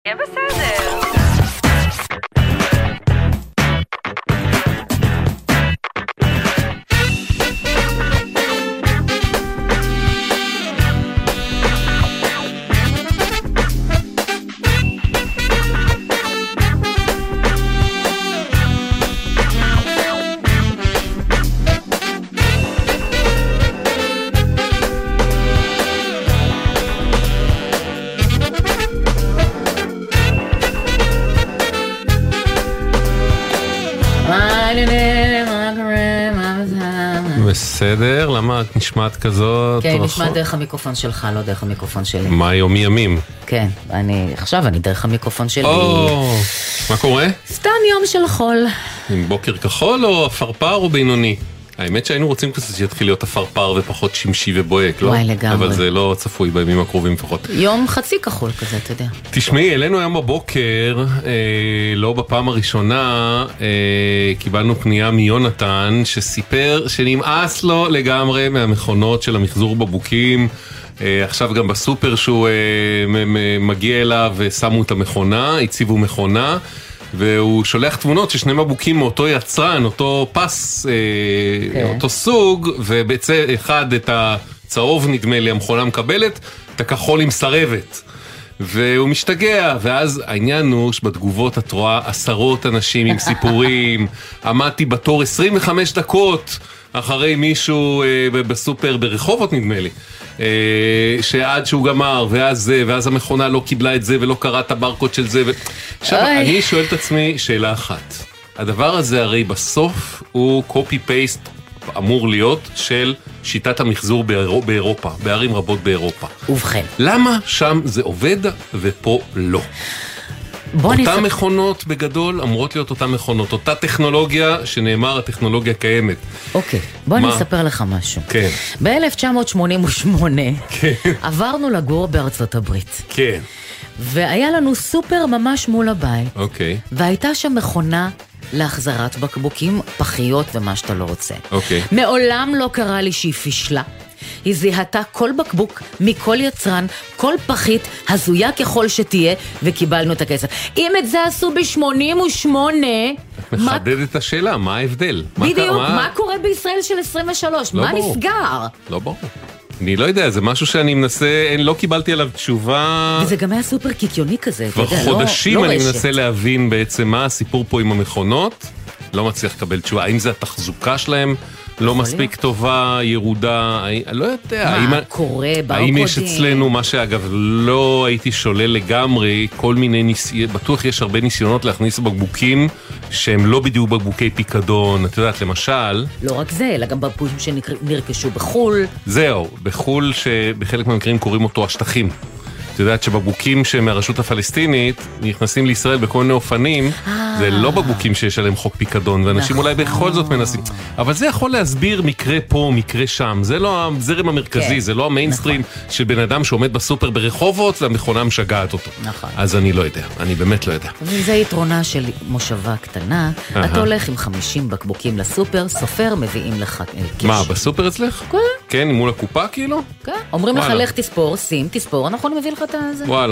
יהיה בסדר. בסדר, למה את נשמעת כזאת? כן, נשמעת דרך המיקרופון שלך, לא דרך המיקרופון שלי. מה יום ימים? כן, עכשיו אני דרך המיקרופון שלי. מה קורה? סתם יום של חול. עם בוקר כחול או אפרפר או בינוני? האמת שהיינו רוצים קצת שיתחיל להיות אפרפר ופחות שמשי ובועק, לא? וואי, לגמרי. אבל זה לא צפוי בימים הקרובים לפחות. יום חצי כחול כזה, אתה יודע. תשמעי, אלינו היום בבוקר, לא בפעם הראשונה, קיבלנו פנייה מיונתן שסיפר שנמאס לו לגמרי מהמכונות של המחזור בבוקים. עכשיו גם בסופר שהוא מגיע אליו ושמו את המכונה, הציבו מכונה. והוא שולח תמונות ששני מבוקים מאותו יצרן, אותו פס, אותו סוג, ובצד אחד את הצהוב נדמה לי המכונה מקבלת, את הכחול היא מסרבת. והוא משתגע, ואז העניין הוא שבתגובות את רואה עשרות אנשים עם סיפורים, עמדתי בתור 25 דקות אחרי מישהו בסופר ברחובות נדמה לי. שעד שהוא גמר, ואז המכונה לא קיבלה את זה ולא קרא את הברקוד של זה. עכשיו, אני שואל את עצמי שאלה אחת. הדבר הזה הרי בסוף הוא קופי-פייסט אמור להיות של שיטת המחזור באירופה, בערים רבות באירופה. ובכן. למה שם זה עובד ופה לא? אותה מכונות בגדול אמורות להיות אותה מכונות, אותה טכנולוגיה שנאמר הטכנולוגיה קיימת. אוקיי, בוא אני אספר לך משהו. כן. ב-1988 כן. עברנו לגור בארצות הברית. כן. והיה לנו סופר ממש מול הבית. אוקיי. והייתה שם מכונה להחזרת בקבוקים, פחיות ומה שאתה לא רוצה. אוקיי. מעולם לא קרה לי שהיא פישלה. היא זיהתה כל בקבוק, מכל יצרן, כל פחית, הזויה ככל שתהיה, וקיבלנו את הכסף. אם את זה עשו ב-88... מחדד את השאלה, מה ההבדל? בדיוק, מה קורה בישראל של 23? מה נסגר? לא ברור. אני לא יודע, זה משהו שאני מנסה, לא קיבלתי עליו תשובה... וזה גם היה סופר קיקיוני כזה, כבר חודשים אני מנסה להבין בעצם מה הסיפור פה עם המכונות, לא מצליח לקבל תשובה, האם זה התחזוקה שלהם? לא מספיק טובה, ירודה, לא יודע. מה קורה ברקודים? האם יש אצלנו, מה שאגב לא הייתי שולל לגמרי, כל מיני ניסיונות, בטוח יש הרבה ניסיונות להכניס בקבוקים שהם לא בדיוק בקבוקי פיקדון, את יודעת, למשל... לא רק זה, אלא גם בקבוקים שנרכשו בחול. זהו, בחול שבחלק מהמקרים קוראים אותו השטחים. את יודעת שבקבוקים שמהרשות הפלסטינית נכנסים לישראל בכל מיני אופנים, זה לא בקבוקים שיש עליהם חוק פיקדון, ואנשים אולי בכל זאת מנסים. אבל זה יכול להסביר מקרה פה, מקרה שם. זה לא הזרם המרכזי, זה לא המיינסטרים של בן אדם שעומד בסופר ברחובות, והמכונה משגעת אותו. אז אני לא יודע, אני באמת לא יודע. וזה יתרונה של מושבה קטנה. אתה הולך עם 50 בקבוקים לסופר, סופר, מביאים לך קש. מה, בסופר אצלך? כן. כן, מול הקופה כאילו? כן. אומרים לך, לך תספור, שים, תספור, אנחנו נביא לך וואלה.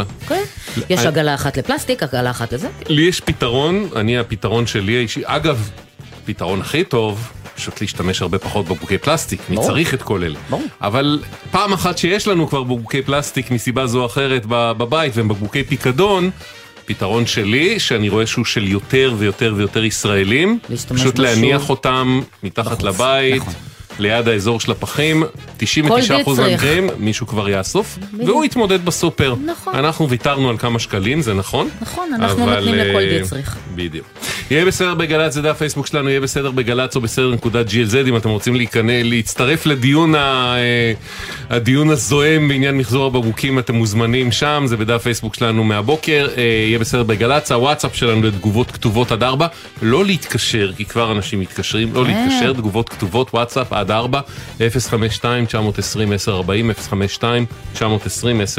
יש עגלה אחת לפלסטיק, עגלה אחת לזה. לי יש פתרון, הפתרון שלי האישי, אגב, פתרון הכי טוב, פשוט להשתמש הרבה פחות בבקבוקי פלסטיק, מי צריך את כל אלה. אבל פעם אחת שיש לנו כבר בקבוקי פלסטיק מסיבה זו או אחרת בבית, והם בקבוקי פיקדון, פתרון שלי, שאני רואה שהוא של יותר ויותר ויותר ישראלים, פשוט להניח אותם מתחת לבית, ליד האזור של הפחים, 99% מהמקרים, מישהו כבר יאסוף, והוא יתמודד בסופר. נכון. אנחנו ויתרנו על כמה שקלים, זה נכון? נכון, אנחנו נותנים לכל דצריך. בדיוק. יהיה בסדר בגלץ, זה דף פייסבוק שלנו, יהיה בסדר בגלץ או בסדר.glz, אם אתם רוצים להצטרף לדיון הדיון הזוהם בעניין מחזור הבקבוקים, אתם מוזמנים שם, זה בדף פייסבוק שלנו מהבוקר, יהיה בסדר בגלץ, הוואטסאפ שלנו לתגובות כתובות עד 4, לא להתקשר, כי כבר אנשים מתקשרים, לא להתקשר, תגובות כתובות, וואטסאפ עד 4, 052-920-1040, 052-920-1040.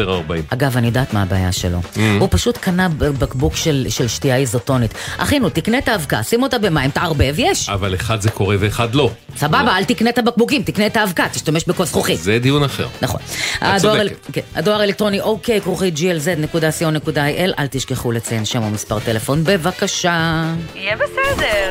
אגב, אני יודעת מה הבעיה שלו. הוא פשוט קנה בקבוק של שתייה איזוטונית. אחינו, תקנה תקנה את האבקה, שים אותה במים, תערבב, יש. אבל אחד זה קורה ואחד לא. סבבה, אל תקנה את הבקבוקים, תקנה את האבקה, תשתמש בכוס זכוכית. זה דיון אחר. נכון. צודקת. הדואר האלקטרוני ok@glz.co.il, אל תשכחו לציין שם ומספר טלפון, בבקשה. יהיה בסדר.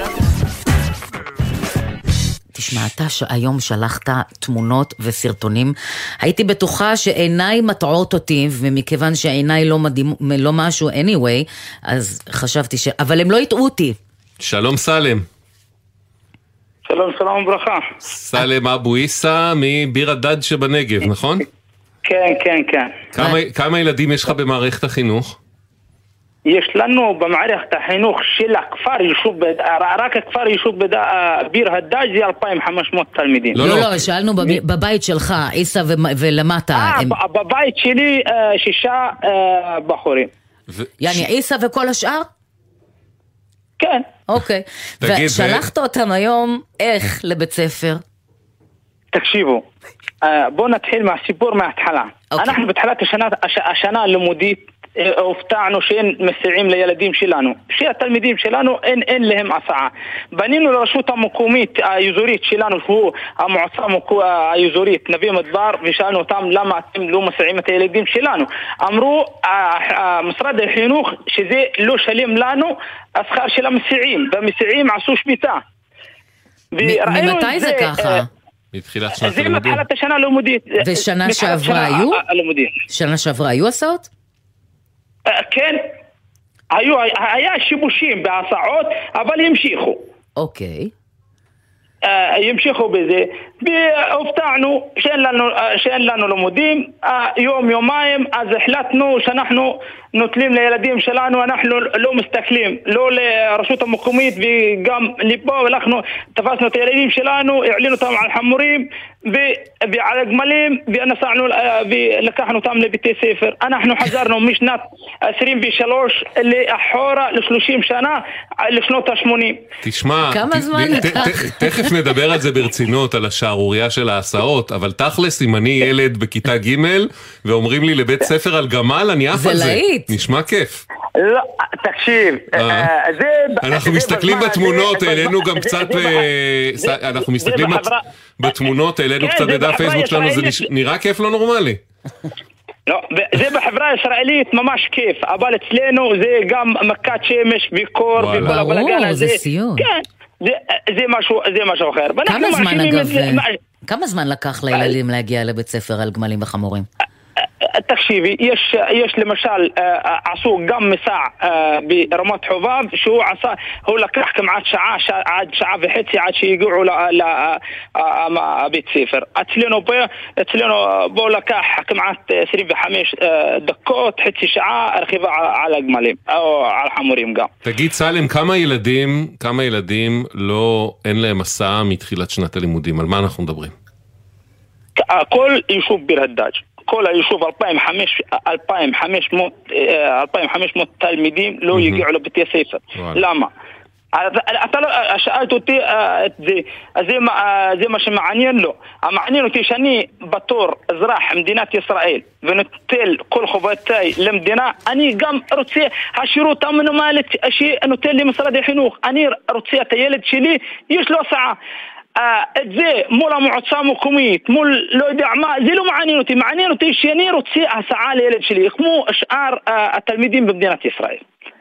תשמע, אתה היום שלחת תמונות וסרטונים, הייתי בטוחה שעיניי מטעות אותי, ומכיוון שעיניי לא משהו anyway, אז חשבתי אבל הם לא יטעו אותי. שלום סלם. שלום, שלום וברכה. סלם אבו עיסא מביר הדאג' שבנגב, נכון? כן, כן, כן. כמה ילדים יש לך במערכת החינוך? יש לנו במערכת החינוך של הכפר יישוב, רק הכפר יישוב ביר הדאג' זה 2,500 תלמידים. לא, שאלנו בבית שלך, עיסא ולמטה. בבית שלי 6 בחורים. יעני עיסא וכל השאר? כן. אוקיי. ושלחת אותם היום איך לבית ספר? תקשיבו, בואו נתחיל מהסיפור מההתחלה. אנחנו בתחילת השנה הלימודית הופתענו שאין מסיעים לילדים שלנו, שהתלמידים שלנו אין להם הסעה. בנינו לרשות המקומית האזורית שלנו, שהוא המועצה האזורית נווה מדבר, ושאלנו אותם למה אתם לא מסיעים את הילדים שלנו. אמרו משרד החינוך שזה לא שלם לנו השכר של המסיעים, והמסיעים עשו שביתה. ממתי זה ככה? מתחילת שנת זה הלימודים. מתחילת השנה הלימודית. ושנה שעברה היו? שנה שעברה היו הסעות? כן, היה שיבושים בהסעות, אבל המשיכו. אוקיי. ימשיכו בזה, והופתענו שאין לנו לימודים, יום-יומיים, אז החלטנו שאנחנו נוטלים לילדים שלנו, אנחנו לא מסתכלים, לא לרשות המקומית וגם לפה, אנחנו תפסנו את הילדים שלנו, העלינו אותם על חמורים ועל הגמלים, ונסענו ולקחנו אותם לביתי ספר. אנחנו חזרנו משנת 23 לאחורה ל-30 שנה, לשנות ה-80. תשמע, כמה זמן תכף נדבר על זה ברצינות, על השערוריה של ההסעות, אבל תכלס, אם אני ילד בכיתה ג' ואומרים לי לבית ספר על גמל, אני אף על זה. נשמע כיף. לא, תקשיב, אנחנו מסתכלים בתמונות, העלינו גם קצת, אנחנו מסתכלים בתמונות, העלינו קצת בדף פייסבוק שלנו, זה נראה כיף לא נורמלי. לא, זה בחברה הישראלית ממש כיף, אבל אצלנו זה גם מכת שמש וקור וכל הבלגן הזה. זה סיום. כן, זה משהו אחר. כמה זמן לקח לילדים להגיע לבית ספר על גמלים וחמורים? תקשיבי, יש למשל, עשו גם מסע ברמת חובב, הוא לקח כמעט עד שעה וחצי עד שהגיעו לבית ספר. אצלנו בו לקח כמעט 25 דקות, חצי שעה רכיבה על הגמלים, או על חמורים גם. תגיד סלם, כמה ילדים אין להם מסע מתחילת שנת הלימודים? על מה אנחנו מדברים? כל יישוב ביר הדאג'. כל היישוב 2,500 תלמידים לא יגיעו לבתי ספר. למה? אתה לא שאלת אותי את זה, זה מה שמעניין לו. המעניין אותי שאני בתור אזרח מדינת ישראל ונוטל כל חובותיי למדינה, אני גם רוצה השירות המינימלי שנותן לי משרד החינוך. אני רוצה את הילד שלי, יש לו הסעה. את זה מול המועצה המקומית, מול לא יודע מה, זה לא מעניין אותי. מעניין אותי שאני רוצה הסעה לילד שלי, כמו שאר התלמידים במדינת ישראל.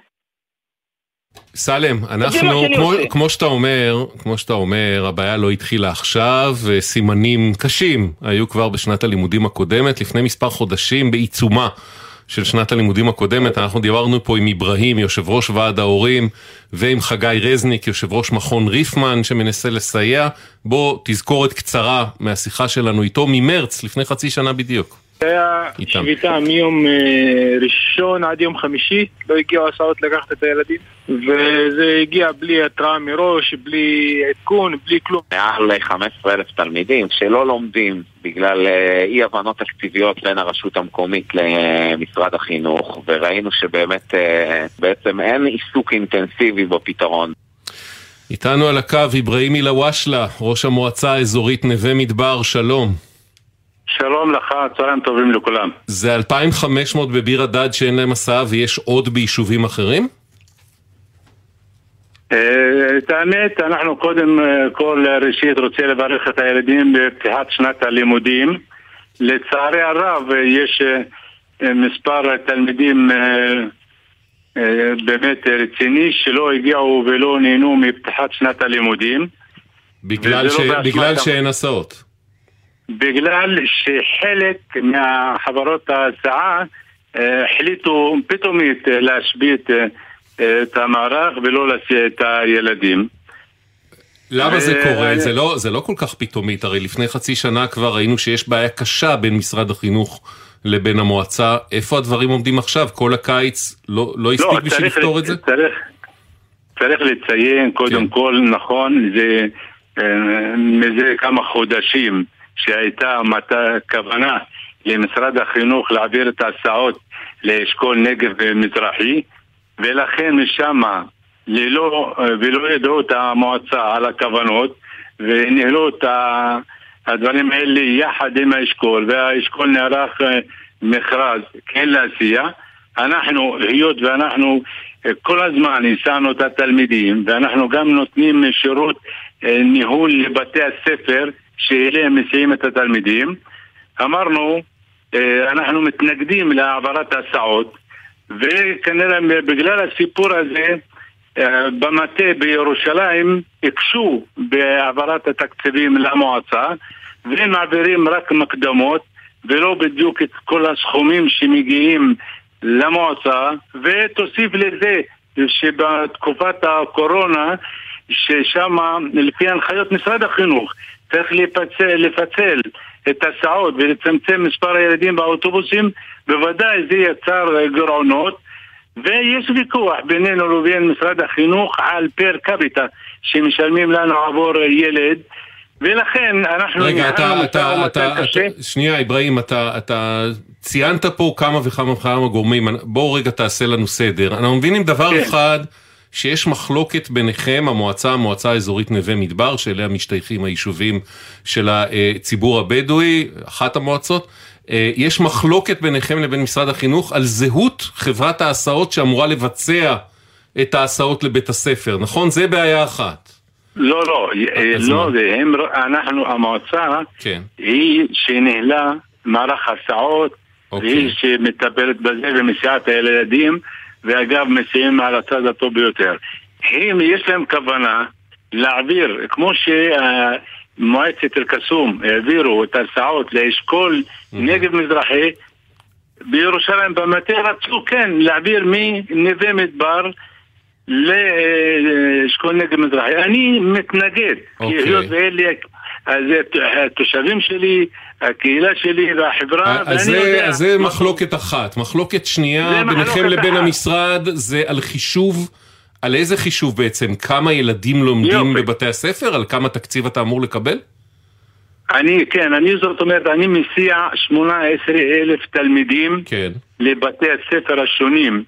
סלם, אנחנו, כמו שאתה אומר, הבעיה לא התחילה עכשיו, סימנים קשים היו כבר בשנת הלימודים הקודמת, לפני מספר חודשים בעיצומה של שנת הלימודים הקודמת. אנחנו דיברנו פה עם איברהים, יושב ראש ועד ההורים, ועם חגי רזניק, יושב ראש מכון ריפמן, שמנסה לסייע. בוא תזכורת קצרה מהשיחה שלנו איתו ממרץ, לפני חצי שנה בדיוק. זה היה שביתה מיום ראשון עד יום חמישי, לא הגיעו הסעות לקחת את הילדים, וזה הגיע בלי התראה מראש, בלי עדכון, בלי כלום. מעל 15,000 תלמידים שלא לומדים בגלל אי הבנות תקציביות בין הרשות המקומית למשרד החינוך, וראינו שבאמת בעצם אין עיסוק אינטנסיבי בפתרון. איתנו על הקו איברהים אילוואשלה, ראש המועצה האזורית נווה מדבר, שלום. שלום לך, צהריים טובים לכולם. זה 2,500 בביר הדאג' שאין להם הסעה, ויש עוד ביישובים אחרים? את האמת, אנחנו קודם כל ראשית רוצה לברך את הילדים בפתיחת שנת הלימודים. לצערי הרב יש מספר תלמידים באמת רציני שלא הגיעו ולא נהנו מפתיחת שנת הלימודים. בגלל שאין הסעות. בגלל שחלק מהחברות ההסעה החליטו פתאומית להשבית את המערך ולא להסיע את הילדים. למה זה קורה? זה לא כל כך פתאומית, הרי לפני חצי שנה כבר ראינו שיש בעיה קשה בין משרד החינוך לבין המועצה. איפה הדברים עומדים עכשיו? כל הקיץ לא הספיק בשביל לפתור את זה? צריך לציין קודם כל, נכון, זה מזה כמה חודשים שהייתה כוונה למשרד החינוך להעביר את ההסעות לאשכול נגב ומזרחי, ולכן משם ולא ידעו את המועצה על הכוונות וניהלו את הדברים האלה יחד עם האשכול, והאשכול נערך מכרז כן להסיע. היות ואנחנו כל הזמן ניסענו את התלמידים, ואנחנו גם נותנים שירות ניהול לבתי הספר שאליהם מסיעים את התלמידים, אמרנו אנחנו מתנגדים להעברת ההסעות, וכנראה בגלל הסיפור הזה במטה בירושלים הקשו בהעברת התקציבים למועצה, והם מעבירים רק מקדמות ולא בדיוק את כל הסכומים שמגיעים למועצה. ותוסיף לזה שבתקופת הקורונה ששם לפי הנחיות משרד החינוך צריך לפצל את הסעות ולצמצם מספר הילדים באוטובוסים, בוודאי זה יצר גירעונות, ויש ויכוח בינינו לבין משרד החינוך על פר קפיטה שמשלמים לנו עבור ילד, ולכן אנחנו... רגע, שנייה איברהים, אתה ציינת פה כמה וכמה גורמים, בואו רגע תעשה לנו סדר. אנחנו מבינים דבר אחד, שיש מחלוקת ביניכם, המועצה האזורית נווה מדבר, שאליה משתייכים היישובים של הציבור הבדואי, אחת המועצות, יש מחלוקת ביניכם לבין משרד החינוך על זהות חברת ההסעות שאמורה לבצע את ההסעות לבית הספר, נכון? זה בעיה אחת. לא, המועצה היא שנהלה מערך הסעות, והיא שמטפלת בזה ומסיעה את הילדים, ואגב מסיעים על הצד הטוב ביותר. יש להם כוונה להעביר, כמו שמועצת אל-קסום העבירו את ההסעות לאשכול נגב מזרחי, בירושלים במטה רצו להעביר מנווה מדבר לאשכול נגב מזרחי. אני מתנגד, כי היות ואלה התושבים שלי, הקהילה שלי והחברה, אז זה מחלוקת אחת. מחלוקת שנייה ביניכם לבין המשרד זה על חישוב, על איזה חישוב בעצם? כמה ילדים לומדים בבתי הספר? על כמה תקציב אתה אמור לקבל? זאת אומרת, אני מסיע 18,000 תלמידים לבתי הספר השונים,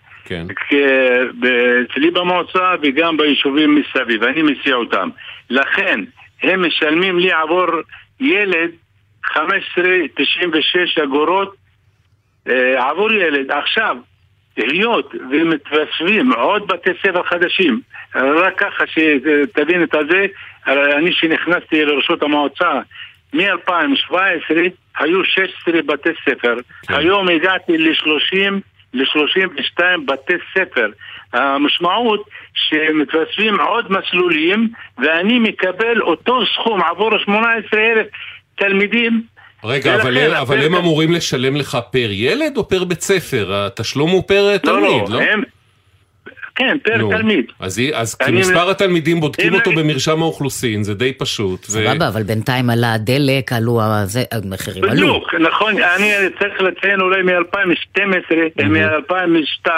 אצלי במועצה וגם ביישובים מסביב, אני מסיע אותם. לכן הם משלמים לי עבור ילד 15.96 אגורות עבור ילד. עכשיו, היות ומתווספים עוד בתי ספר חדשים, רק ככה שתבין את זה, אני שנכנסתי לרשות המועצה מ-2017 היו 16 בתי ספר, היום הגעתי ל-32 בתי ספר. המשמעות שמתווספים עוד מסלולים, ואני מקבל אותו סכום עבור 18,000 תלמידים. רגע, אבל הם אמורים לשלם לך פר ילד או פר בית ספר? התשלום הוא פר תלמיד, לא? כן, פר תלמיד. אז כמספר התלמידים בודקים אותו במרשם האוכלוסין, זה די פשוט. סבבה, אבל בינתיים עלה הדלק, עלו המחירים עלו. בדיוק, נכון, אני צריך לציין אולי מ-2012, מ-2002,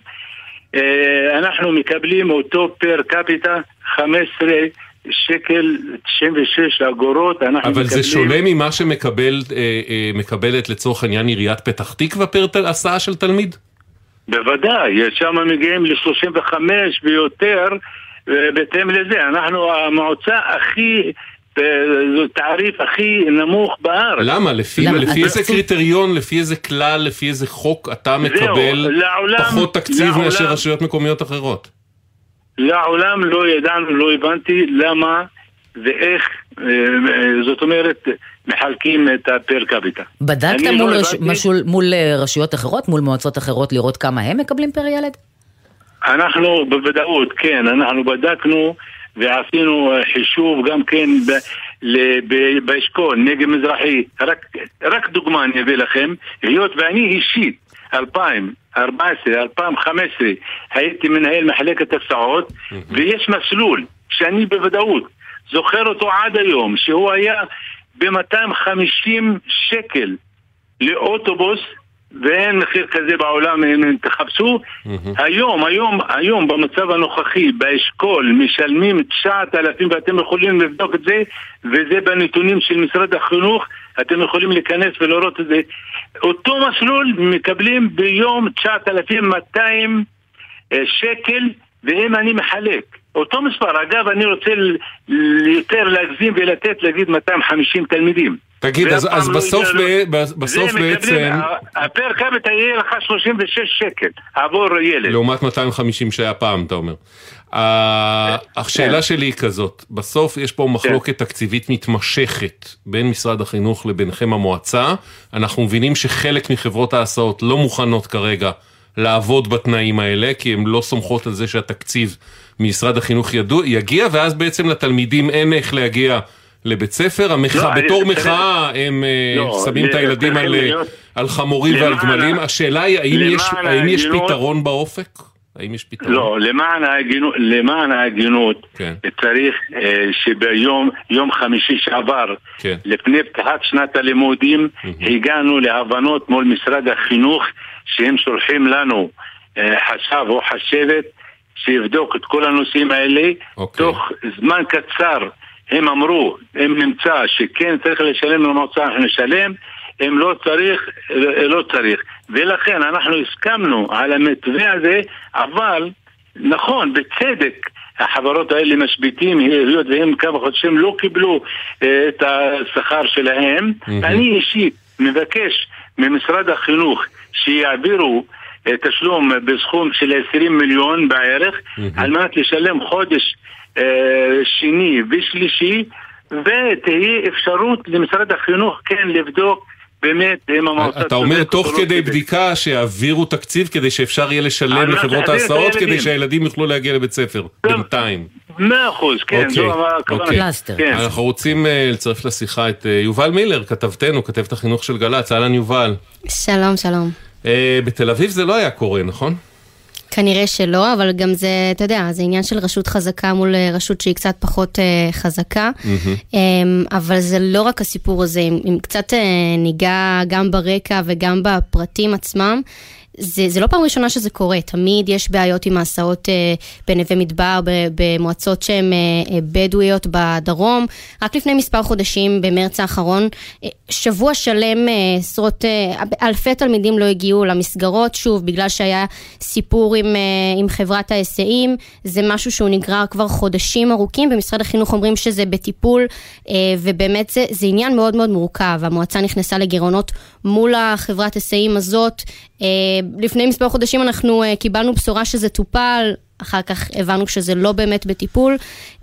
אנחנו מקבלים אותו פר קפיטה 15 שקל 96 אגורות. אבל זה שונה ממה שמקבלת לצורך העניין עיריית פתח תקווה פר הסעה של תלמיד? בוודאי, שם מגיעים ל-35 ויותר, ובהתאם לזה, אנחנו המועצה זה תעריף הכי נמוך בארץ. למה? לפי איזה קריטריון, לפי איזה כלל, לפי איזה חוק אתה מקבל פחות תקציב מאשר רשויות מקומיות אחרות? לעולם לא ידענו, לא הבנתי למה ואיך, זאת אומרת, מחלקים את הפר קפיטה. בדקת מול רשויות אחרות, מול מועצות אחרות, לראות כמה הם מקבלים פר ילד? אנחנו בוודאות, כן, אנחנו בדקנו ועשינו חישוב גם כן באשכול, נגב מזרחי. רק דוגמה אני אביא לכם, היות ואני אישית 2014, 2015 הייתי מנהל מחלקת הסעות, ויש מסלול שאני בוודאות זוכר אותו עד היום, שהוא היה ב-250 שקל לאוטובוס, ואין מחיר כזה בעולם, אם תחפשו. היום במצב הנוכחי באשכול משלמים 9,000, ואתם יכולים לבדוק את זה, וזה בנתונים של משרד החינוך, אתם יכולים להיכנס ולראות את זה. אותו מסלול מקבלים ביום 9,200 שקל, ואם אני מחלק אותו מספר, אגב אני רוצה יותר להגזים ולתת, להגיד 250 תלמידים. תגיד, אז בסוף בעצם הפר קפיטה יהיה לך 36 שקל עבור ילד. לעומת 250 שהיה פעם, אתה אומר. השאלה שלי היא כזאת, בסוף יש פה מחלוקת תקציבית מתמשכת בין משרד החינוך לבינכם המועצה. אנחנו מבינים שחלק מחברות ההסעות לא מוכנות כרגע לעבוד בתנאים האלה, כי הן לא סומכות על זה שהתקציב ממשרד החינוך יגיע, ואז בעצם לתלמידים אין איך להגיע לבית ספר. בתור מחאה הם שמים את הילדים על חמורים ועל גמלים. השאלה היא, האם יש פתרון באופק? האם יש פתרון? לא, למען ההגינות צריך שביום חמישי שעבר, לפני פתיחת שנת הלימודים, הגענו להבנות מול משרד החינוך, שהם שולחים לנו חשב או חשבת שיבדוק את כל הנושאים האלה. תוך זמן קצר הם אמרו, הם נמצא שכן צריך לשלם למועצה, אנחנו נשלם, הם לא צריך, ולכן אנחנו הסכמנו על המתווה הזה. אבל נכון, בצדק החברות האלה משביתים, היות והם כמה חודשים לא קיבלו את השכר שלהם. אני אישית מבקש ממשרד החינוך שיעבירו תשלום בסכום של 20 מיליון בערך, על מנת לשלם חודש שני ושלישי, ותהיה אפשרות למשרד החינוך כן לבדוק באמת אם המועצה... אתה אומר תוך כדי בדיקה שיעבירו תקציב כדי שאפשר יהיה לשלם לחברות ההסעות, כדי שהילדים יוכלו להגיע לבית ספר בינתיים. 100%, כן, זו הכוונה. אנחנו רוצים לצרף לשיחה את יובל מילר, כתבתנו, כתבת החינוך של גל"צ. אהלן יובל. שלום, שלום. בתל אביב זה לא היה קורה, נכון? כנראה שלא, אבל גם זה, אתה יודע, זה עניין של רשות חזקה מול רשות שהיא קצת פחות חזקה, אבל זה לא רק הסיפור הזה, אם קצת ניגע גם ברקע וגם בפרטים עצמם, זה לא פעם ראשונה שזה קורה, תמיד יש בעיות עם ההסעות בנווה מדבר, במועצות שהן בדואיות בדרום. רק לפני מספר חודשים, במרץ האחרון, שבוע שלם אלפי תלמידים לא הגיעו למסגרות, שוב, בגלל שהיה סיפור עם חברת ההיסעים. זה משהו שהוא נגרר כבר חודשים ארוכים, במשרד החינוך אומרים שזה בטיפול, ובאמת זה עניין מאוד מאוד מורכב. המועצה נכנסה לגירעונות מול החברת ההיסעים הזאת. לפני מספר חודשים אנחנו קיבלנו בשורה שזה טופל, אחר כך הבנו שזה לא באמת בטיפול.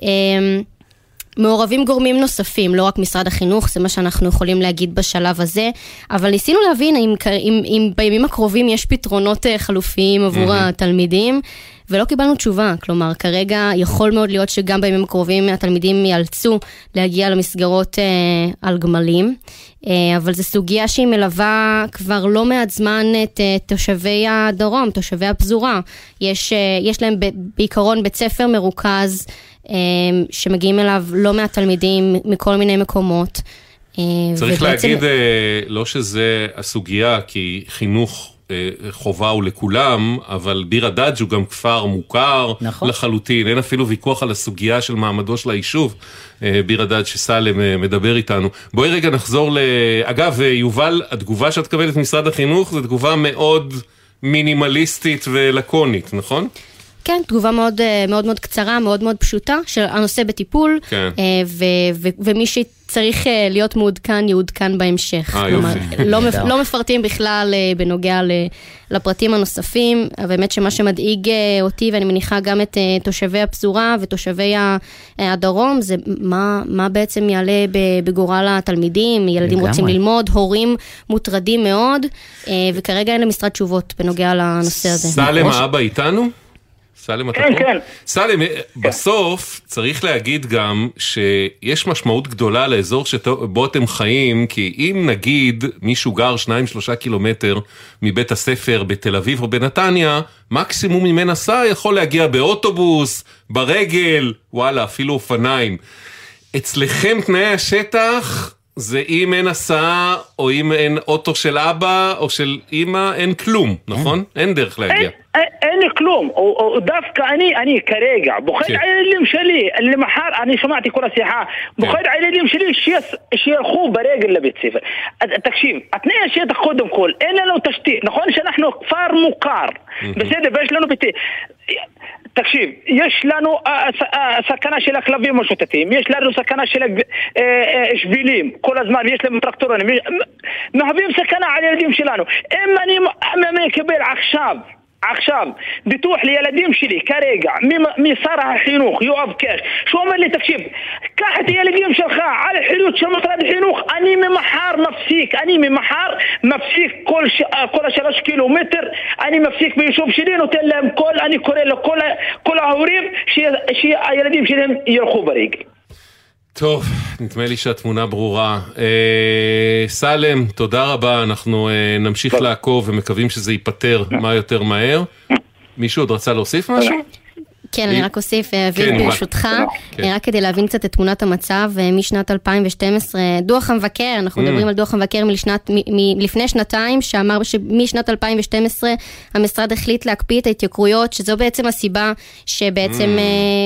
מעורבים גורמים נוספים, לא רק משרד החינוך, זה מה שאנחנו יכולים להגיד בשלב הזה, אבל ניסינו להבין אם בימים הקרובים יש פתרונות חלופיים עבור התלמידים, ולא קיבלנו תשובה. כלומר, כרגע יכול מאוד להיות שגם בימים הקרובים התלמידים ייאלצו להגיע למסגרות על גמלים, אבל זו סוגיה שהיא מלווה כבר לא מעט זמן את תושבי הדרום, תושבי הפזורה. יש להם בעיקרון בית ספר מרוכז, שמגיעים אליו לא מעט תלמידים מכל מיני מקומות. צריך להגיד, לא שזה הסוגיה, כי חינוך חובה הוא לכולם, אבל ביר הדאג' הוא גם כפר מוכר לחלוטין, אין אפילו ויכוח על הסוגיה של מעמדו של היישוב, ביר הדאג' שסלם מדבר איתנו. בואי רגע נחזור אגב, יובל, התגובה שאת קבלת משרד החינוך, זו תגובה מאוד מינימליסטית ולקונית, נכון? כן, תגובה מאוד מאוד מאוד קצרה, מאוד מאוד פשוטה, של הנושא בטיפול, ומי שצריך להיות מעודכן, יעודכן בהמשך. לא מפרטים בכלל בנוגע לפרטים הנוספים, באמת שמה שמדאיג אותי, ואני מניחה גם את תושבי הפזורה ותושבי הדרום, זה מה בעצם יעלה בגורל התלמידים, ילדים רוצים ללמוד, הורים מוטרדים מאוד, וכרגע אין למשרד תשובות בנוגע לנושא הזה. סלם, האבא איתנו? סלם, אתה פה? כן. סלם, בסוף צריך להגיד גם שיש משמעות גדולה לאזור שבו אתם חיים, כי אם נגיד מישהו גר 2-3 קילומטר מבית הספר בתל אביב או בנתניה, מקסימום אם אין הסעה יכול להגיע באוטובוס, ברגל, וואלה, אפילו אופניים. אצלכם תנאי השטח זה אם אין הסעה או אם אין אוטו של אבא או של אמא, אין כלום, נכון? אין דרך להגיע. אין לי כלום, או דווקא אני כרגע בוחד הילדים שלי, למחר אני שמעתי כל השיחה, בוחד הילדים שלי שילכו ברגל לבית ספר. תקשיב, התנאי השטח קודם כל, אין לנו תשתית, נכון שאנחנו כפר מוכר, בסדר, ויש לנו תקשיב, יש לנו סכנה של הכלבים משוטטים, יש לנו סכנה של שבילים, כל הזמן, יש לנו טרקטורונים, מהווים סכנה על ילדים שלנו. אם אני מקבל עכשיו ביטוח לילדים שלי כרגע משר החינוך יואב קש, שהוא אומר לי תקשיב, קח את הילדים שלך על חילוט של משרד החינוך, אני ממחר מפסיק כל 3 קילומטר, אני מפסיק ביישוב שלי, נותן להם אני קורא לכל ההורים שהילדים שלהם ילכו ברגל. טוב, נדמה לי שהתמונה ברורה. סלם, תודה רבה, אנחנו נמשיך לעקוב ומקווים שזה ייפטר מה יותר מהר. מישהו עוד רצה להוסיף משהו? כן, אני רק אוסיף, ברשותך, רק כדי להבין קצת את תמונת המצב, משנת 2012, דוח המבקר, אנחנו מדברים על דוח המבקר מלפני שנתיים, שאמר שמשנת 2012 המשרד החליט להקפיא את ההתייקרויות, שזו בעצם הסיבה שבעצם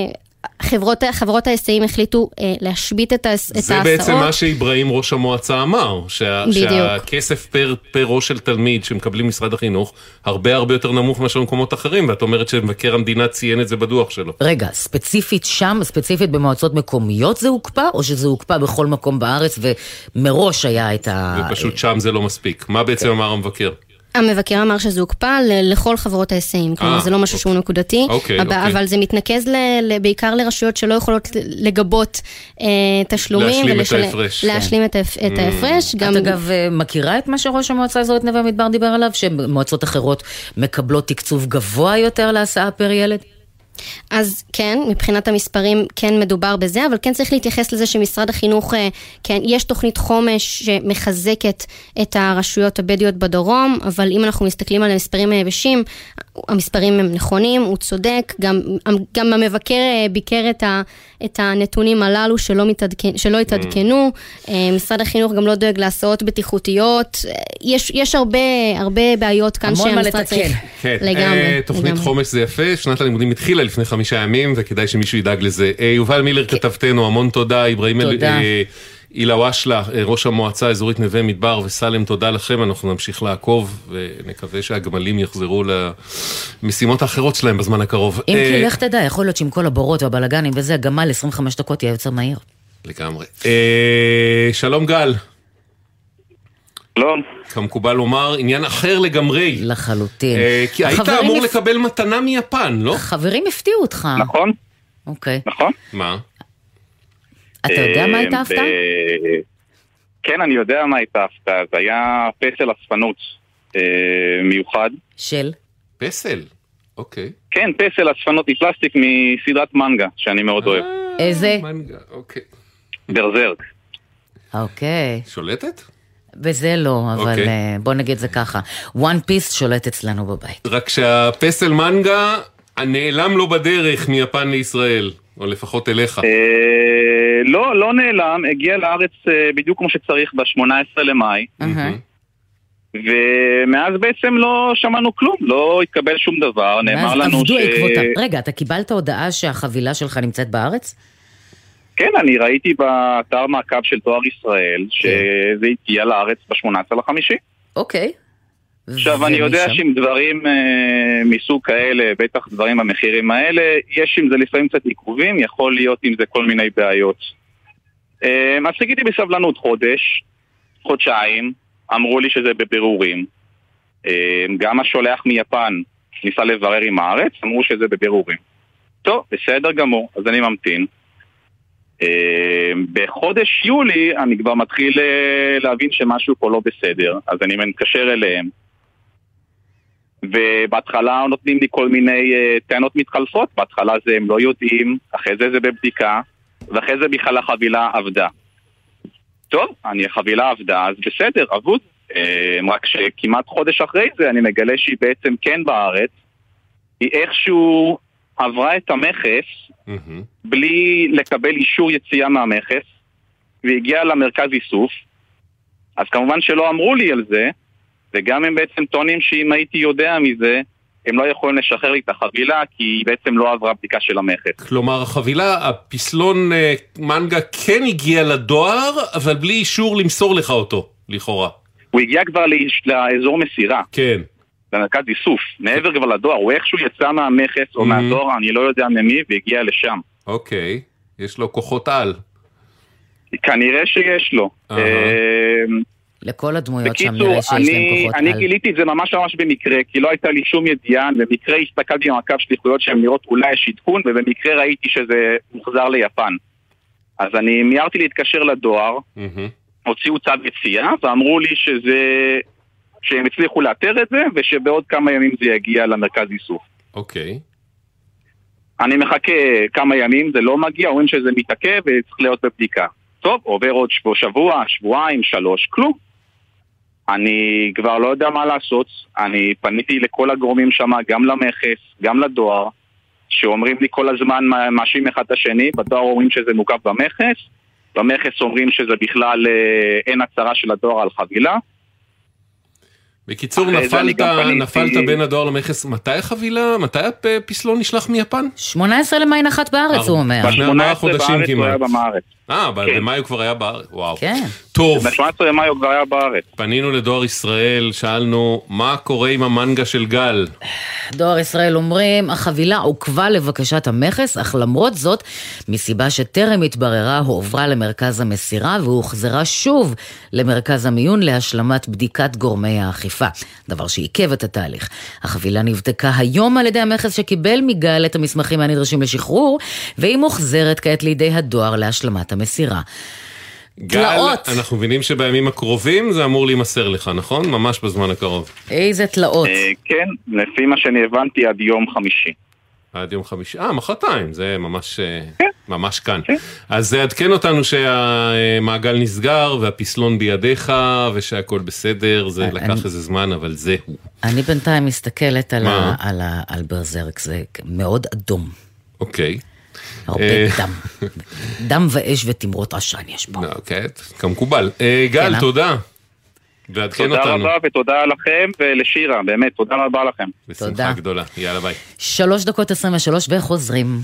חברות ההיסעים החליטו להשבית את ההסעות. זה בעצם מה שאיברהים ראש המועצה אמר, שהכסף פר ראש של תלמיד שמקבלים משרד החינוך, הרבה יותר נמוך מאשר במקומות אחרים, ואת אומרת שמבקר המדינה ציין את זה בדוח שלו. רגע, ספציפית שם, ספציפית במועצות מקומיות זה הוקפא, או שזה הוקפא בכל מקום בארץ, ומראש היה את ופשוט שם זה לא מספיק. מה בעצם אמר המבקר? המבקר אמר שזה הוקפא לכל חברות ההיסעים, כלומר זה לא משהו שהוא נקודתי, אבל זה מתנקז בעיקר לרשויות שלא יכולות לגבות תשלומים, להשלים את ההפרש. את אגב מכירה את מה שראש המועצה האזורית נווה מדבר דיבר עליו, שמועצות אחרות מקבלות תקצוב גבוה יותר להסעה פר ילד? אז כן, מבחינת המספרים כן מדובר בזה, אבל כן צריך להתייחס לזה שמשרד החינוך, כן, יש תוכנית חומש שמחזקת את הרשויות הבדואיות בדרום, אבל אם אנחנו מסתכלים על המספרים היבשים, המספרים הם נכונים, הוא צודק, גם המבקר ביקר את הנתונים הללו שלא התעדכנו, משרד החינוך גם לא דואג להסעות בטיחותיות, יש הרבה בעיות כאן שהמשרד צריך לגמרי. תוכנית חומש זה יפה, שנת הלימודים התחילה לפני 5 ימים, וכדאי שמישהו ידאג לזה. יובל מילר כתבתנו, המון תודה, איברהים אילוואשלה, ראש המועצה האזורית נווה מדבר, וסלם, תודה לכם, אנחנו נמשיך לעקוב, ונקווה שהגמלים יחזרו למשימות האחרות שלהם בזמן הקרוב. אם כי לך תדע, יכול להיות שעם כל הבורות והבלגנים וזה, גמל 25 דקות יהיה יוצר מהיר. לגמרי. שלום גל. שלום. כמקובל לומר, עניין אחר לגמרי. לחלוטין. כי היית אמור לקבל מתנה מיפן, לא? חברים הפתיעו אותך. נכון. אוקיי. נכון. מה? אתה יודע מה הייתה הפתעה? כן, אני יודע מה הייתה הפתעה. זה היה פסל אספנות מיוחד. של? פסל? אוקיי. כן, פסל אספנות מפלסטיק מסדרת מנגה, שאני מאוד אוהב. איזה? מנגה, אוקיי. ברזרק. אוקיי. שולטת? וזה לא, אבל בוא נגיד זה ככה. One Piece שולט אצלנו בבית. רק שהפסל מנגה נעלם לו בדרך מיפן לישראל, או לפחות אליך. לא נעלם, הגיע לארץ בדיוק כמו שצריך ב-18 למאי. ומאז בעצם לא שמענו כלום, לא התקבל שום דבר, נאמר לנו רגע, אתה קיבלת הודעה שהחבילה שלך נמצאת בארץ? כן, אני ראיתי באתר מעקב של תואר ישראל שזה הגיע לארץ ב-18 לחמישי. אוקיי. עכשיו, אני יודע שעם דברים מסוג כאלה, בטח דברים במחירים האלה, יש עם זה לפעמים קצת עיכובים, יכול להיות עם זה כל מיני בעיות. אז חיכיתי בסבלנות חודשיים, אמרו לי שזה בבירורים. גם השולח מיפן ניסה לברר עם הארץ, אמרו שזה בבירורים. טוב, בסדר גמור, אז אני ממתין. בחודש יולי אני כבר מתחיל להבין שמשהו פה לא בסדר, אז אני מתקשר אליהם. ובהתחלה נותנים לי כל מיני טענות מתחלפות, בהתחלה זה הם לא יודעים, אחרי זה בבדיקה, ואחרי זה בכלל החבילה עבדה. טוב, החבילה עבדה, אז בסדר, עבוד. רק שכמעט חודש אחרי זה אני מגלה שהיא בעצם כן בארץ, היא איכשהו עברה את המכס בלי לקבל אישור יציאה מהמכס, והגיעה למרכז איסוף. אז כמובן שלא אמרו לי על זה, וגם הם בעצם טוענים שאם הייתי יודע מזה, הם לא יכולים לשחרר לי את החבילה, כי היא בעצם לא עברה בדיקה של המכס. כלומר, החבילה, הפסלון מנגה כן הגיע לדואר, אבל בלי אישור למסור לך אותו, לכאורה. הוא הגיע כבר לאזור מסירה. כן. למרכז איסוף. מעבר כבר לדואר, הוא איכשהו יצא מהמכס או מהדואר, אני לא יודע ממי, והגיע לשם. אוקיי. יש לו כוחות על. כנראה שיש לו. לכל הדמויות שם נראה שיש להם כוחות על. אני גיליתי את זה ממש במקרה, כי לא הייתה לי שום ידיעה, במקרה הסתכלתי במעקב שליחויות שהן נראות אולי יש עדכון, ובמקרה ראיתי שזה מוחזר ליפן. אז אני מיירתי להתקשר לדואר, הוציאו צו יציאה, ואמרו לי שהם הצליחו לאתר את זה, ושבעוד כמה ימים זה יגיע למרכז איסוף. אוקיי. אני מחכה כמה ימים, זה לא מגיע, אומרים שזה מתעכב וצריך להיות בבדיקה. טוב, עובר עוד שבוע, שבועיים, 3, כלום. אני כבר לא יודע מה לעשות. אני פניתי לכל הגורמים שם, גם למכס, גם לדואר, שאומרים לי כל הזמן מאשים אחד את השני. בדואר אומרים שזה מוקף במכס, במכס אומרים שזה בכלל אין הצהרה של הדואר על חבילה. בקיצור, נפלת בין הדואר למכס. מתי החבילה? מתי הפסלון נשלח מיפן? 18 למאי נחת בארץ, הוא אומר. ב-18 בארץ הוא היה במארץ. במאי הוא כבר היה בארץ, וואו. כן. טוב. ב-18 למאי הוא כבר היה בארץ. פנינו לדואר ישראל, שאלנו, מה קורה עם המנגה של גל? דואר ישראל אומרים, החבילה עוקבה לבקשת המכס, אך למרות זאת, מסיבה שטרם התבררה, הועברה למרכז המסירה, והוחזרה שוב למרכז המיון להשלמת בדיקת גורמי האכיפה. דבר שעיכב את התהליך. החבילה נבדקה היום על ידי המכס שקיבל מגל את המסמכים הנדרשים לשחרור, והיא מוחזרת כעת לידי הדואר להשלמת המסירה. גל, אנחנו מבינים שבימים הקרובים זה אמור להימסר לך, נכון? ממש בזמן הקרוב. איזה תלאות. כן, לפי מה שאני הבנתי עד יום חמישי. עד יום חמישי, מחרתיים, זה ממש כאן. אז זה עדכן אותנו שהמעגל נסגר והפסלון בידיך ושהכל בסדר, זה לקח איזה זמן, אבל זה הוא. אני בינתיים מסתכלת על ברזרק, זה מאוד אדום. אוקיי. הרבה דם. דם ואש ותמרות עשן יש פה. אוקיי, כמקובל. גל, תודה. תודה רבה ותודה לכם ולשירה, באמת, תודה רבה לכם. בשמחה גדולה, יאללה ביי. 3:23 וחוזרים.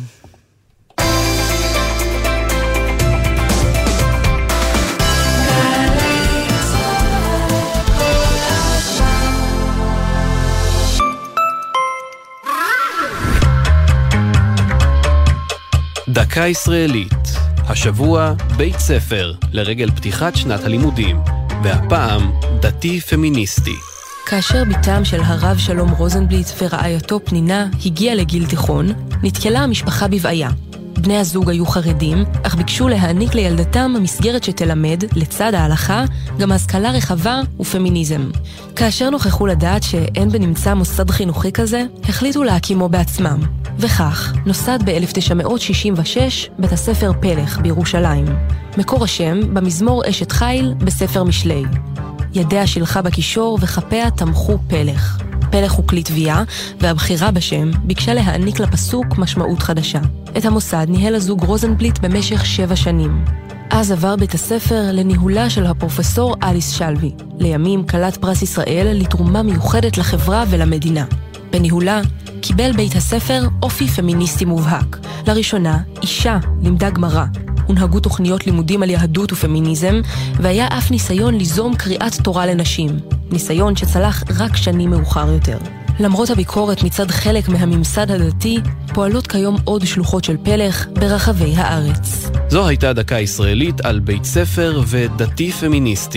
דקה ישראלית, השבוע בית ספר לרגל פתיחת שנת הלימודים, והפעם דתי פמיניסטי. כאשר ביתם של הרב שלום רוזנבליט ורעייתו פנינה הגיע לגיל תיכון, נתקלה המשפחה בבעיה. בני הזוג היו חרדים, אך ביקשו להעניק לילדתם מסגרת שתלמד, לצד ההלכה, גם השכלה רחבה ופמיניזם. כאשר נוכחו לדעת שאין בנמצא מוסד חינוכי כזה, החליטו להקימו בעצמם. וכך נוסד ב-1966 בית הספר פלך בירושלים. מקור השם במזמור אשת חיל בספר משלי. ידיה שלחה בקישור וכפיה תמכו פלך. פלך הוא כלי תביעה, והבחירה בשם ביקשה להעניק לפסוק משמעות חדשה. את המוסד ניהל הזוג רוזנבליט במשך 7 שנים. אז עבר בית הספר לניהולה של הפרופסור אליס שלוי, לימים כלת פרס ישראל לתרומה מיוחדת לחברה ולמדינה. בניהולה קיבל בית הספר אופי פמיניסטי מובהק. לראשונה, אישה לימדה גמרא. הונהגו תוכניות לימודים על יהדות ופמיניזם, והיה אף ניסיון ליזום קריאת תורה לנשים. ניסיון שצלח רק שנים מאוחר יותר. למרות הביקורת מצד חלק מהממסד הדתי, פועלות כיום עוד שלוחות של פלך ברחבי הארץ. זו הייתה דקה ישראלית על בית ספר ודתי פמיניסטי.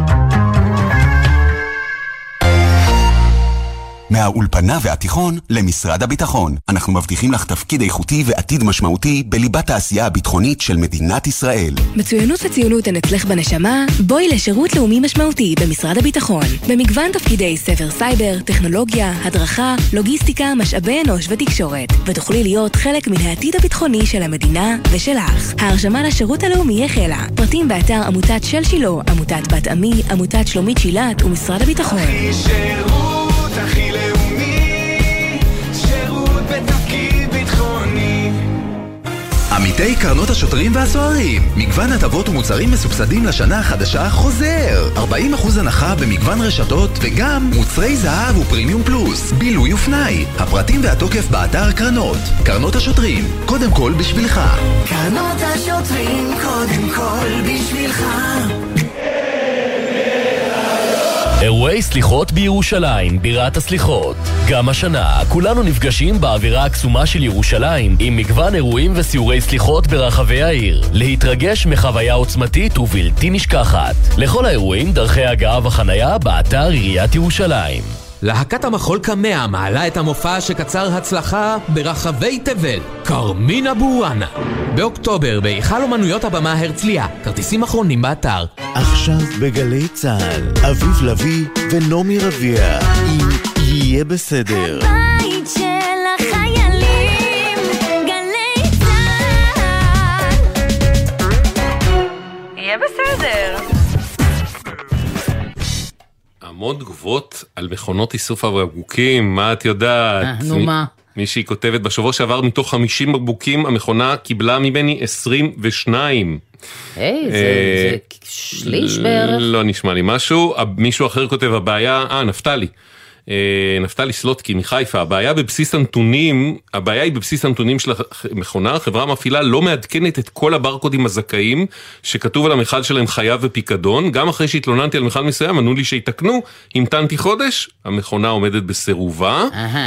מהאולפנה והתיכון למשרד הביטחון. אנחנו מבטיחים לך תפקיד איכותי ועתיד משמעותי בליבת העשייה הביטחונית של מדינת ישראל. מצוינות וציונות הן אצלך בנשמה, בואי לשירות לאומי משמעותי במשרד הביטחון. במגוון תפקידי ספר סייבר, טכנולוגיה, הדרכה, לוגיסטיקה, משאבי אנוש ותקשורת. ותוכלי להיות חלק מן העתיד הביטחוני של המדינה ושלך. ההרשמה לשירות הלאומי החלה. פרטים באתר עמותת של שילה, עמותת בת עמי, עמותת שלומית שילת ומשרד הביטחון. הכי לאומי, שירות בתפקיד ביטחוני. עמיתי קרנות השוטרים והסוהרים, מגוון הטבות ומוצרים מסובסדים לשנה החדשה חוזר. 40% הנחה במגוון רשתות וגם מוצרי זהב ופרימיום פלוס, בילוי ופנאי. הפרטים והתוקף באתר קרנות. קרנות השוטרים, קודם כל בשבילך. קרנות השוטרים, קודם כל בשבילך. אירועי סליחות בירושלים, בירת הסליחות. גם השנה, כולנו נפגשים באווירה הקסומה של ירושלים, עם מגוון אירועים וסיורי סליחות ברחבי העיר. להתרגש מחוויה עוצמתית ובלתי נשכחת. לכל האירועים, דרכי הגעה וחנייה באתר עיריית ירושלים. להקת המחול קמע מעלה את המופע שקצר הצלחה ברחבי תבל, קרמינה בורנה. באוקטובר, בהיכל אומנויות הבמה הרצליה, כרטיסים אחרונים באתר. עכשיו בגלי צהל, אביב לוי ונומי רביע, אם יהיה בסדר. הבית של החיילים, גלי צהל. יהיה בסדר. המון תגובות על מכונות איסוף הבקבוקים, מה את יודעת? נו מה? מישהי כותבת, בשבוע שעבר מתוך 50 בקבוקים, המכונה קיבלה ממני 22. היי, זה שליש בערך. לא נשמע לי משהו. מישהו אחר כותב, הבעיה, נפתלי סלוטקי מחיפה, הבעיה היא בבסיס הנתונים של המכונה, החברה המפעילה לא מעדכנת את כל הברקודים הזכאים, שכתוב על המכל שלהם חייב ופיקדון, גם אחרי שהתלוננתי על מכל מסוים, ענו לי שיתקנו, המתנתי חודש, המכונה עומדת בסירובה,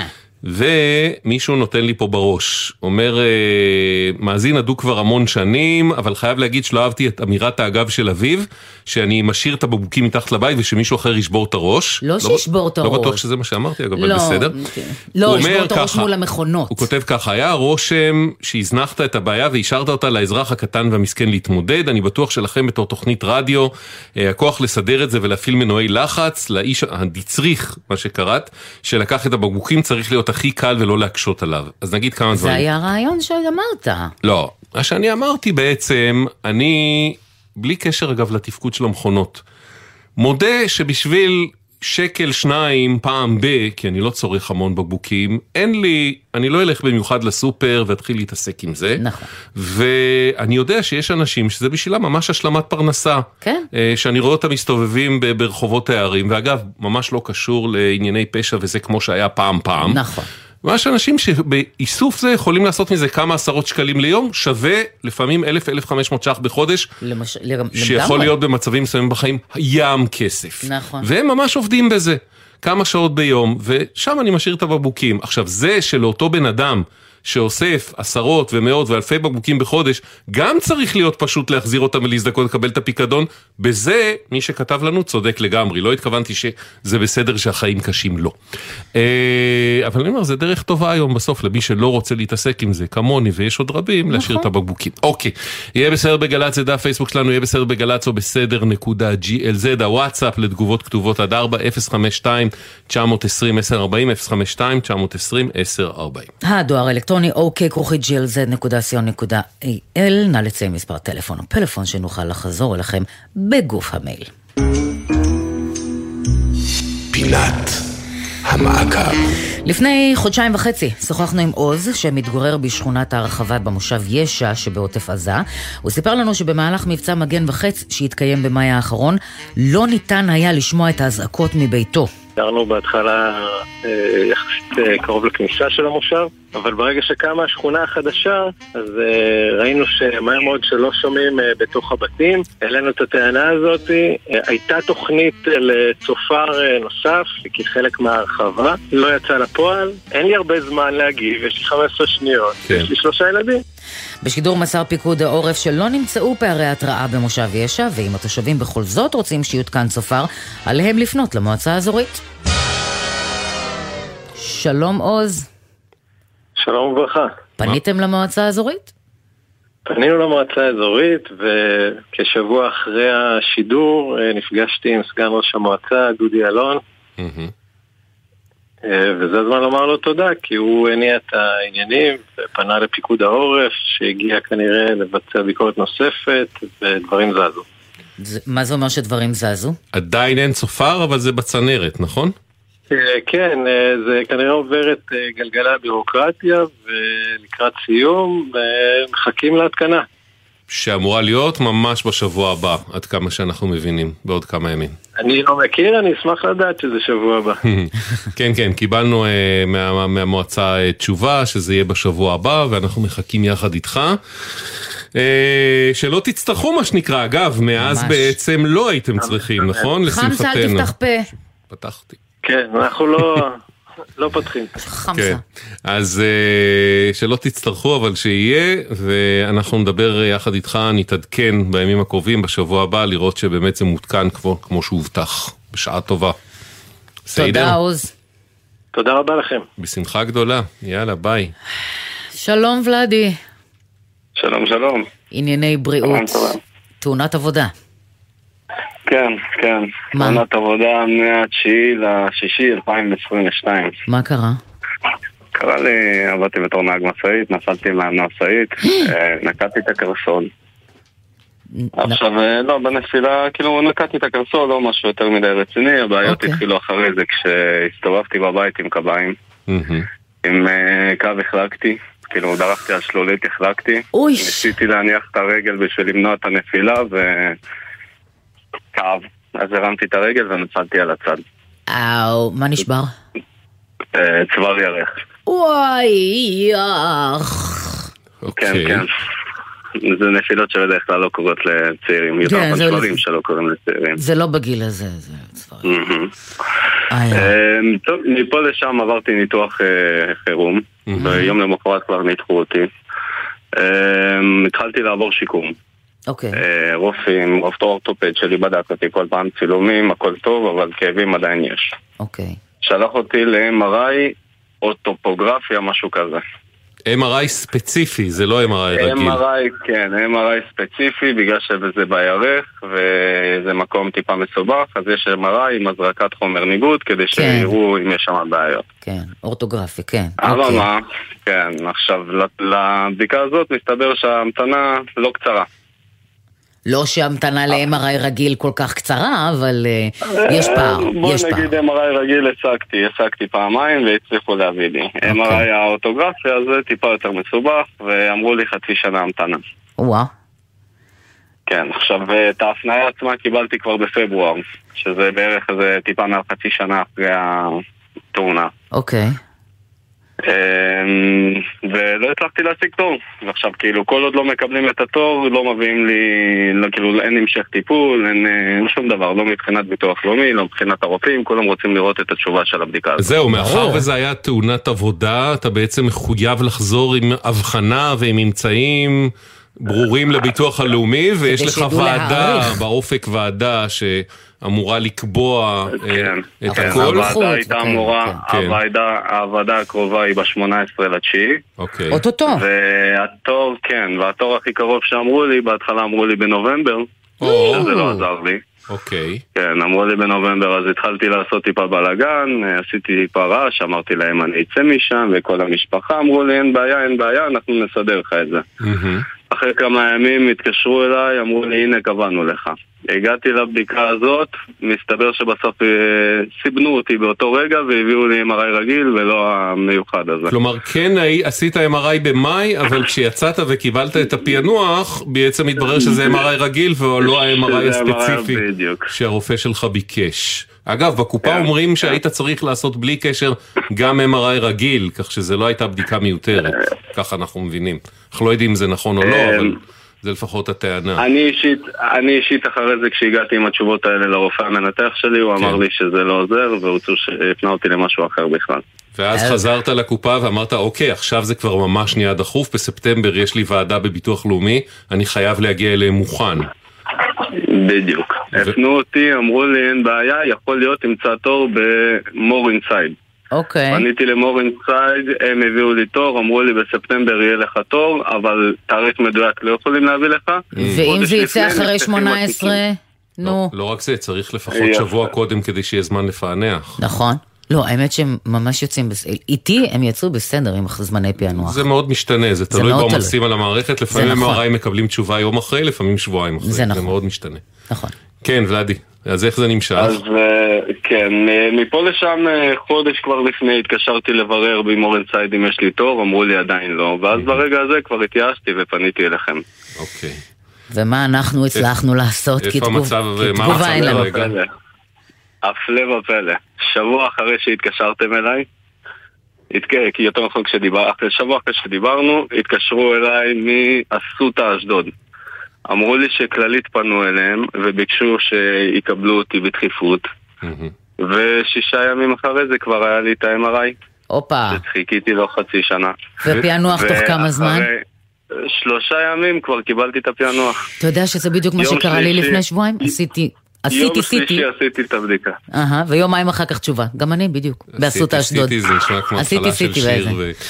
ומישהו נותן לי פה בראש, אומר, מאזין עדו כבר המון שנים, אבל חייב להגיד שלא אהבתי את אמירת האגב של אביב, שאני משאיר את הבקבוקים מתחת לבית, ושמישהו אחר ישבור את הראש. לא שישבור את הראש. לא בטוח שזה מה שאמרתי, אגב, אבל בסדר. לא, ישבור את הראש מול המכונות. הוא כותב ככה, היה רושם שהזנחת את הבעיה, והשארת אותה לאזרח הקטן והמסכן להתמודד, אני בטוח שלכם בתור תוכנית רדיו, הכוח לסדר את זה ולהפעיל מנועי לחץ, לאיש הדיצריך, מה שקראת, שלקח את הבקבוקים צריך להיות הכי קל ולא להקשות עליו. אז נגיד כמה דברים. זה היה הרעיון שאמרת. לא, מה שאני אמרתי בעצם, אני, בלי קשר אגב לתפקוד של המכונות, מודה שבשביל שקל שניים פעם כי אני לא צורך המון בקבוקים, אני לא אלך במיוחד לסופר ואתחיל להתעסק עם זה. נכון. ואני יודע שיש אנשים שזה בשבילם ממש השלמת פרנסה. כן. שאני רואה אותם מסתובבים ברחובות הערים, ואגב, ממש לא קשור לענייני פשע וזה כמו שהיה פעם. נכון. ממש אנשים שבאיסוף זה יכולים לעשות מזה כמה עשרות שקלים ליום, שווה לפעמים 1,000-1,500 ש"ח בחודש, שיכול להיות במצבים מסוימים בחיים ים כסף. נכון. והם ממש עובדים בזה כמה שעות ביום, ושם אני משאיר את הבקבוקים. עכשיו זה שלאותו בן אדם שאוסף עשרות ומאות ואלפי בקבוקים בחודש, גם צריך להיות פשוט להחזיר אותם ולהזדכות לקבל את הפיקדון, בזה מי שכתב לנו צודק לגמרי, לא התכוונתי שזה בסדר שהחיים קשים לא. אבל אני אומר, זה דרך טובה היום בסוף, למי שלא רוצה להתעסק עם זה, כמוני ויש עוד רבים, להשאיר את הבקבוקים. אוקיי, יהיה בסדר בגלץ, זה דף פייסבוק שלנו, יהיה בסדר בגלץ או בסדר.glz, הוואטסאפ לתגובות כתובות עד 4, 052-920-1040, 052-920-1040. הדואר אלקטרוני ok@glz.co.il, נא לציין מספר טלפון או פלאפון שנוכל לחזור אליכם בגוף המייל. פינת המעקב. לפני חודשיים וחצי שוחחנו עם עוז שמתגורר בשכונת הרחבה במושב ישע שבעוטף עזה. הוא סיפר לנו שבמהלך מבצע מגן וחץ שהתקיים במאי האחרון לא ניתן היה לשמוע את ההזעקות מביתו. גרנו בהתחלה יחסית קרוב לכניסה של המושב, אבל ברגע שקמה השכונה החדשה, אז ראינו שמהר מאוד שלא שומעים בתוך הבתים. העלינו את הטענה הזאת, הייתה תוכנית לצופר נוסף, כחלק מההרחבה, לא יצא לפועל, אין לי הרבה זמן להגיב, יש לי 15 שניות, יש לי 3 ילדים. בשידור מסר פיקוד העורף שלא נמצאו פערי התראה במושב ישע, ואם התושבים בכל זאת רוצים שיותקן צופר, עליהם לפנות למועצה האזורית. שלום עוז. שלום וברכה. פניתם למועצה האזורית? פנינו למועצה האזורית, וכשבוע אחרי השידור נפגשתי עם סגן ראש המועצה, דודי אלון, וזה הזמן לומר לו תודה, כי הוא הניע את העניינים ופנה לפיקוד העורף, שהגיע כנראה לבצע ביקורת נוספת, ודברים זזו. מה זה אומר שדברים זזו? עדיין אין צופר, אבל זה בצנרת, נכון? כן, זה כנראה עובר את גלגלי הבירוקרטיה, ולקראת סיום, ומחכים להתקנה. שאמורה להיות ממש בשבוע הבא, עד כמה שאנחנו מבינים, בעוד כמה ימים. אני לא מכיר, אני אשמח לדעת שזה שבוע הבא. כן, כן, קיבלנו מהמועצה תשובה שזה יהיה בשבוע הבא, ואנחנו מחכים יחד איתך. שלא תצטרכו מה שנקרא, אגב, מאז בעצם לא הייתם צריכים, נכון? חמסה, אל תפתח פה. פתחתי. כן, אנחנו לא פותחים. חמסה. אז שלא תצטרכו, אבל שיהיה, ואנחנו נדבר יחד איתך, נתעדכן בימים הקרובים, בשבוע הבא, לראות שבאמת זה מותקן כמו שהובטח, בשעה טובה. תודה עוז. תודה רבה לכם. בשמחה גדולה, יאללה, ביי. שלום ולדי. שלום, שלום. ענייני בריאות. תאונת עבודה. כן, כן. תאונת עבודה מה-9/6/2022. מה קרה? קרה לי, עבדתי בתור נהג משאית, נפלתי מהמשאית, נקעתי את הקרסול. עכשיו, לא, בנפילה, כאילו נקעתי את הקרסול, לא משהו יותר מדי רציני, הבעיות התחילו אחרי זה כשהסתובבתי בבית עם קביים. עם קו החלקתי. כאילו דרכתי על שלולית, החלקתי, ניסיתי להניח את הרגל בשביל למנוע את הנפילה וכאב, אז הרמתי את הרגל ונפלתי על הצד. מה נשבר? צוואר ירך. וואי, כן, כן. זה נפילות שבדרך כלל לא קורות לצעירים, יותר פנשולים שלא קוראים לצעירים. זה לא בגיל הזה, זה צוואר. טוב, מפה לשם עברתי ניתוח חירום, ויום למחרת כבר ניתחו אותי. התחלתי לעבור שיקום. רופאים, רופא אורתופד שלי בדק אותי כל פעם צילומים, הכל טוב, אבל כאבים עדיין יש. שלח אותי ל-MRI או טופוגרפיה, משהו כזה. MRI ספציפי, זה לא MRI רגיל. MRI, כן, MRI ספציפי, בגלל שזה בירך, וזה מקום טיפה מסובך, אז יש MRI עם הזרקת חומר ניגוד, כדי שיראו אם יש שם בעיות. כן, אורטוגרפי, כן. אבל מה, כן, עכשיו, לבדיקה הזאת מסתבר שההמתנה לא קצרה. לא שהמתנה ל-MRI רגיל כל כך קצרה, אבל יש פער. בוא נגיד MRI רגיל השגתי פעמיים והצליחו להביא לי. MRI האוטוגרפיה זה טיפה יותר מסובך, ואמרו לי 0.5 שנה המתנה. וואו. כן, עכשיו את ההפניה עצמה קיבלתי כבר בפברואר, שזה בערך איזה טיפה מעל 0.5 שנה אחרי התאונה. אוקיי. ולא הצלחתי להשיג תור. ועכשיו כאילו כל עוד לא מקבלים את התור, לא מביאים לי, כאילו אין המשך טיפול, אין שום דבר, לא מבחינת ביטוח לאומי, לא מבחינת הרופאים, כולם רוצים לראות את התשובה של הבדיקה הזאת. זהו, מאחר וזה היה תאונת עבודה, אתה בעצם מחויב לחזור עם הבחנה ועם ממצאים ברורים לביטוח הלאומי, ויש לך ועדה, באופק ועדה שאמורה לקבוע את הכל. הוועדה הייתה אמורה, הוועדה הקרובה היא ב-18/9. אוטוטו. והתור, כן, והתור הכי קרוב שאמרו לי, בהתחלה אמרו לי בנובמבר, שזה לא עזר לי. אוקיי. כן, אמרו לי בנובמבר, אז התחלתי לעשות טיפה בלגן, עשיתי טיפה רעש, אמרתי להם אני אצא משם, וכל המשפחה אמרו לי אין בעיה, אנחנו נסדר לך את זה. אחרי כמה ימים התקשרו אליי, אמרו לי הנה קבענו לך. הגעתי לבדיקה הזאת, מסתבר שבסוף סיבנו אותי באותו רגע והביאו לי MRI רגיל ולא המיוחד הזה. כלומר כן עשית MRI במאי, אבל כשיצאת וקיבלת את הפענוח, בעצם התברר שזה MRI רגיל ולא ה-MRI הספציפי שהרופא שלך ביקש. אגב, בקופה אומרים שהיית צריך לעשות בלי קשר גם MRI רגיל, כך שזה לא הייתה בדיקה מיותרת, ככה אנחנו מבינים. אנחנו לא יודעים אם זה נכון או לא, אבל זה לפחות הטענה. אני אישית אחרי זה, כשהגעתי עם התשובות האלה לרופא המנתח שלי, הוא אמר לי שזה לא עוזר, והוא הפנה אותי למשהו אחר בכלל. ואז חזרת לקופה ואמרת, אוקיי, עכשיו זה כבר ממש נהיה דחוף, בספטמבר יש לי ועדה בביטוח לאומי, אני חייב להגיע אליהם מוכן. בדיוק. הפנו אותי, אמרו לי, אין בעיה, יכול להיות תמצא תור במור אינסייד. אוקיי. פניתי למור אינסייד, הם הביאו לי תור, אמרו לי בספטמבר יהיה לך תור, אבל תאריך מדויק לא יכולים להביא לך. ואם זה יצא אחרי 18, נו. לא רק זה, צריך לפחות שבוע קודם כדי שיהיה זמן לפענח. נכון. לא, האמת שהם ממש יוצאים, איתי הם יצאו בסדר עם זמני פענוח. זה מאוד משתנה, זה תלוי בעומסים על המערכת, לפעמים MRI מקבלים תשובה יום אחרי, לפעמים שבועיים אחרי, זה מאוד משתנה. נכון. כן, ולדי, אז איך זה נמשך? אז כן, מפה לשם חודש כבר לפני התקשרתי לברר במור אינסייד אם יש לי תור, אמרו לי עדיין לא, ואז ברגע הזה כבר התייאשתי ופניתי אליכם. אוקיי. ומה אנחנו הצלחנו לעשות? איפה המצב, מה המצב לרגע? הפלא ופלא. שבוע אחרי שהתקשרתם אליי, כי יותר נכון שבוע אחרי שדיברנו, התקשרו אליי מאסותא אשדוד. אמרו לי שכללית פנו אליהם וביקשו שיקבלו אותי בדחיפות. ו6 ימים אחרי זה כבר היה לי את ה-MRI. אופה. חיכיתי לו חצי שנה. ופענוח תוך כמה זמן? 3 ימים כבר קיבלתי את הפענוח. אתה יודע שזה בדיוק מה שקרה לי לפני שבועיים? יום שלישי עשיתי את הבדיקה. ויומיים אחר כך תשובה. גם אני בדיוק. באסותא אשדוד. עשיתי זה נשמע כמו התחלה של שיר.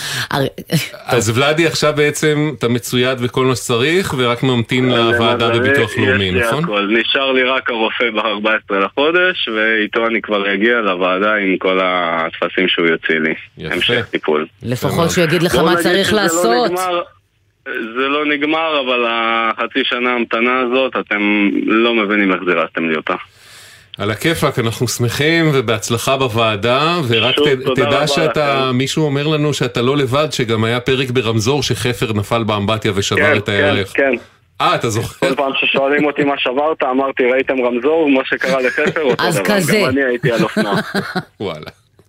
אז ולדי עכשיו בעצם אתה מצויד בכל מה שצריך ורק ממתין לוועדה בביטוח לאומי, נכון? נשאר לי רק הרופא ב-14 לחודש ואיתו אני כבר אגיע לוועדה עם כל התפסים שהוא יוציא לי. המשך טיפול. לפחות שהוא יגיד לך מה צריך לעשות. זה לא נגמר, אבל החצי שנה המתנה הזאת, אתם לא מבינים איך זירזתם לי אותה. על הכיפק, אנחנו שמחים ובהצלחה בוועדה, ורק תדע שאתה, מישהו אומר לנו שאתה לא לבד, שגם היה פרק ברמזור שחפר נפל באמבטיה ושבר את הירך. כן, כן. אתה זוכר? כל פעם ששואלים אותי מה שברת, אמרתי, ראיתם רמזור, מה שקרה לחפר, אותו דבר. גם אני הייתי על אופנוע. וואלה.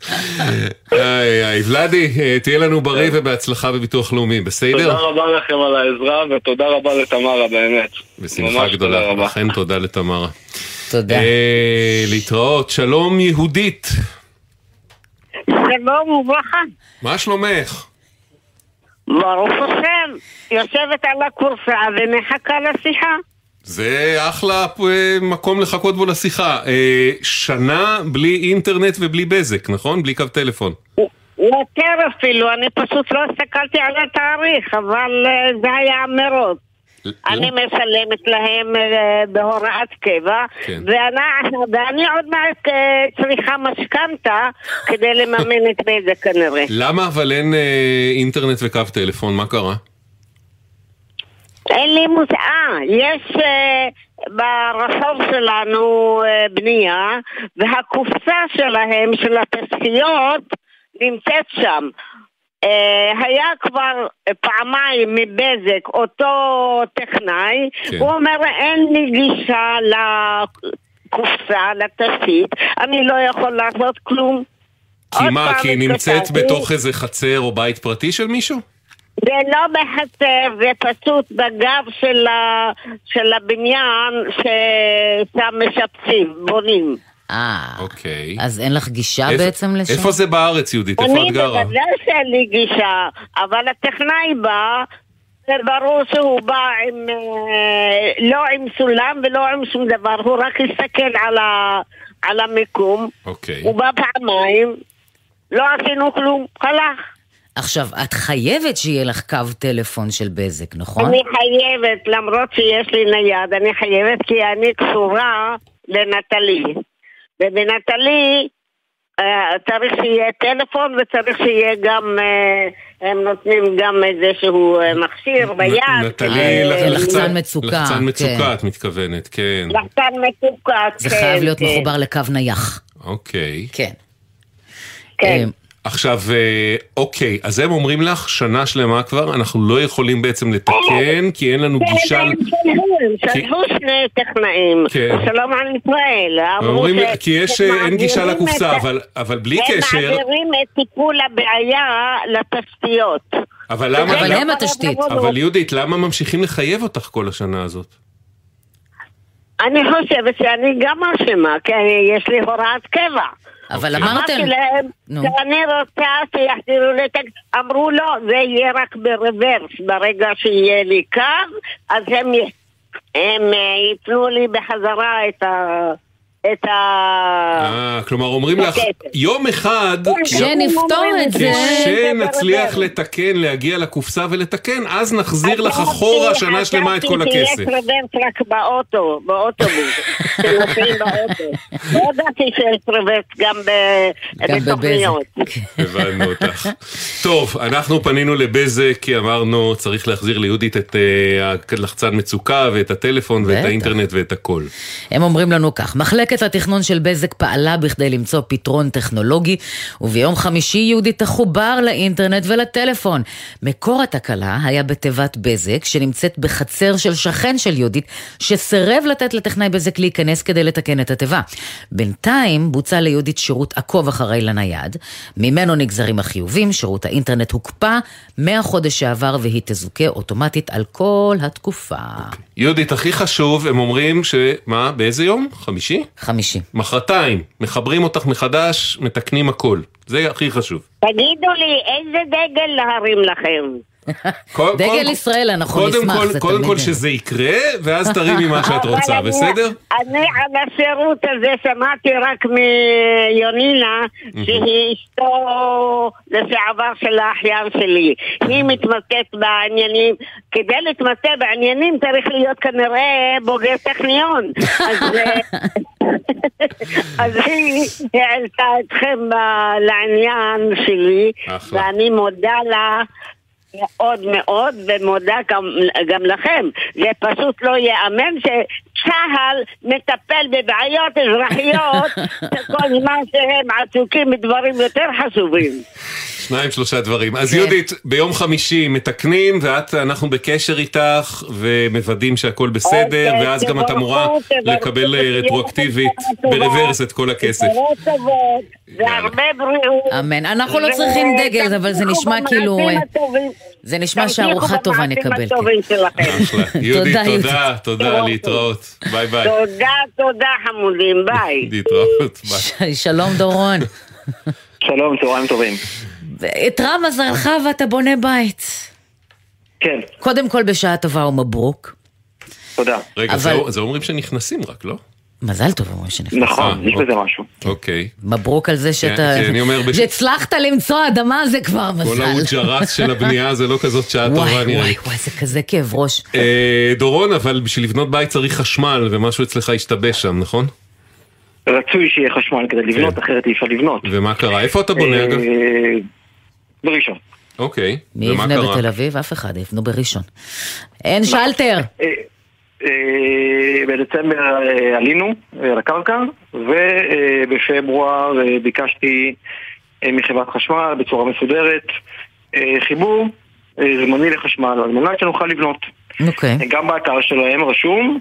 ולדי, תהיה לנו בריא ובהצלחה בביטוח לאומי, בסדר? תודה רבה לכם על העזרה ותודה רבה לתמרה באמת. בשמחה גדולה, לכן תודה לתמרה. תודה. להתראות, שלום יהודית. שלום וברכה. מה שלומך? ברוך השם, יושבת על הקורסה ומחכה לשיחה. זה אחלה מקום לחכות בו לשיחה. שנה בלי אינטרנט ובלי בזק, נכון? בלי קו טלפון. יותר אפילו, אני פשוט לא הסתכלתי על התאריך, אבל זה היה מראש. אני משלמת להם בהוראת קבע, ואני עוד מעט צריכה משכנתה כדי לממן את בזק כנראה. למה אבל אין אינטרנט וקו טלפון? מה קרה? אין לי יש ברחוב שלנו בנייה, והקופסה שלהם, של התשתיות, נמצאת שם. היה כבר פעמיים מבזק אותו טכנאי, הוא אומר אין לי גישה לקופסה, לתשתית, אני לא יכול לעשות כלום. כי מה, כי היא נמצאת בתוך איזה חצר או בית פרטי של מישהו? זה לא בחצר, זה פשוט בגב של הבניין ששם משפצים, בונים. אוקיי. אז אין לך גישה בעצם לשם? איפה זה בארץ, יהודית? איפה את גרה? אני בגלל שאין לי גישה, אבל הטכנאי בא, זה ברור שהוא בא לא עם סולם ולא עם שום דבר, הוא רק הסתכל על המיקום. אוקיי. הוא בא פעמיים, לא עשינו כלום, הלך. עכשיו, את חייבת שיהיה לך קו טלפון של בזק, נכון? אני חייבת, למרות שיש לי נייד, אני חייבת כי אני קשורה לנטלי. ובנטלי צריך שיהיה טלפון וצריך שיהיה גם, הם נותנים גם איזשהו מכשיר ביד. נטלי, לחצן מצוקה. לחצן מצוקה, את מתכוונת, כן. לחצן מצוקה, זה חייב להיות מחובר לקו נייח. אוקיי. כן. כן. עכשיו, אוקיי, אז הם אומרים לך, שנה שלמה כבר, אנחנו לא יכולים בעצם לתקן, כי אין לנו גישה... שלחו שני טכנאים, שלום על ישראל. כי אין גישה לקופסה, אבל בלי קשר... הם מעבירים את טיפול הבעיה לתשתיות. אבל הם התשתית. אבל יהודית, למה ממשיכים לחייב אותך כל השנה הזאת? אני חושבת שאני גם אשמה, כי יש לי הוראת קבע. אבל אמרתם... אמרתי להם, שאני רוצה שיחזירו לתקן, אמרו לא, זה יהיה רק ברוורס, ברגע שיהיה לי קו, אז הם יתנו לי בחזרה את כלומר אומרים לך, יום אחד שנפתור את זה, כשנצליח לתקן, להגיע לקופסה ולתקן, אז נחזיר לך אחורה שנה שלמה את כל הכסף. יש רוורס רק באוטובוס, שנוסעים באוטו. לא ידעתי שיש רוורס גם בתוכניות. הבנו אותך. טוב, אנחנו פנינו לבזק, כי אמרנו צריך להחזיר ליהודית את הלחצן מצוקה ואת הטלפון ואת האינטרנט ואת הכל. הם אומרים לנו כך, מחלקת התכנון של בזק פעלה בכדי למצוא פתרון טכנולוגי, וביום חמישי יהודית תחובר לאינטרנט ולטלפון. מקור התקלה היה בתיבת בזק, שנמצאת בחצר של שכן של יהודית, שסירב לתת לטכנאי בזק להיכנס כדי לתקן את התיבה. בינתיים בוצע ליהודית שירות עקוב אחרי לנייד, ממנו נגזרים החיובים, שירות האינטרנט הוקפא מהחודש שעבר, והיא תזוכה אוטומטית על כל התקופה. יהודית, הכי חשוב, הם אומרים שמה, באיזה יום? חמישי? חמישי. מחרתיים, מחברים אותך מחדש, מתקנים הכל. זה הכי חשוב. תגידו לי, איזה דגל להרים לכם? דגל ישראל, אנחנו נשמח. קודם כל שזה יקרה, ואז תרימי מה שאת רוצה, בסדר? אני על השירות הזה שמעתי רק מיונינה, שהיא אשתו לשעבר של האחיין שלי. היא מתמצאת בעניינים. כדי להתמצא בעניינים צריך להיות כנראה בוגר טכניון. אז היא העלתה אתכם לעניין שלי, ואני מודה לה מאוד מאוד, ומודה גם לכם. זה פשוט לא יאמן שצהל מטפל בבעיות אזרחיות כל זמן שהם עסוקים בדברים יותר חשובים. 2-3 דברים. אז יהודית, ביום חמישי מתקנים, אנחנו בקשר איתך ומוודאים שהכל בסדר, ואז גם את אמורה לקבל רטרואקטיבית ברוורס את כל הכסף. והרבה בריאות. אמן. אנחנו לא צריכים דגל, אבל זה נשמע כאילו... זה נשמע שארוחה טובה נקבל. יהודית, תודה, להתראות. ביי ביי. תודה חמודים, ביי. להתראות, ביי. שלום דורון. שלום, צהריים טובים. התראה מזלך ואתה בונה בית. כן. קודם כל בשעה טובה ומברוק. תודה. רגע, זה אומרים שנכנסים רק, לא? מזל טוב אומרים שנכנסים. נכון, יש בזה משהו. אוקיי. מברוק על זה שאתה... שהצלחת למצוא אדמה, זה כבר מזל. כל הג'רס של הבנייה זה לא כזאת שעה טובה נראה לי. וואי, זה כזה כאב ראש. דורון, אבל בשביל לבנות בית צריך חשמל, ומשהו אצלך השתבש שם, נכון? רצוי שיהיה חשמל כדי לבנות, אחרת אי אפשר לבנות. ומה קרה? איפה אתה בונה אגב? בראשון. אוקיי, מי יבנה בתל אביב? אף אחד, יבנו בראשון. אין שלטר. בדצמבר עלינו לקרקע, ובפברואר ביקשתי מחברת חשמל בצורה מסודרת חיבור זמני לחשמל, על מנת שנוכל לבנות. גם באתר שלהם רשום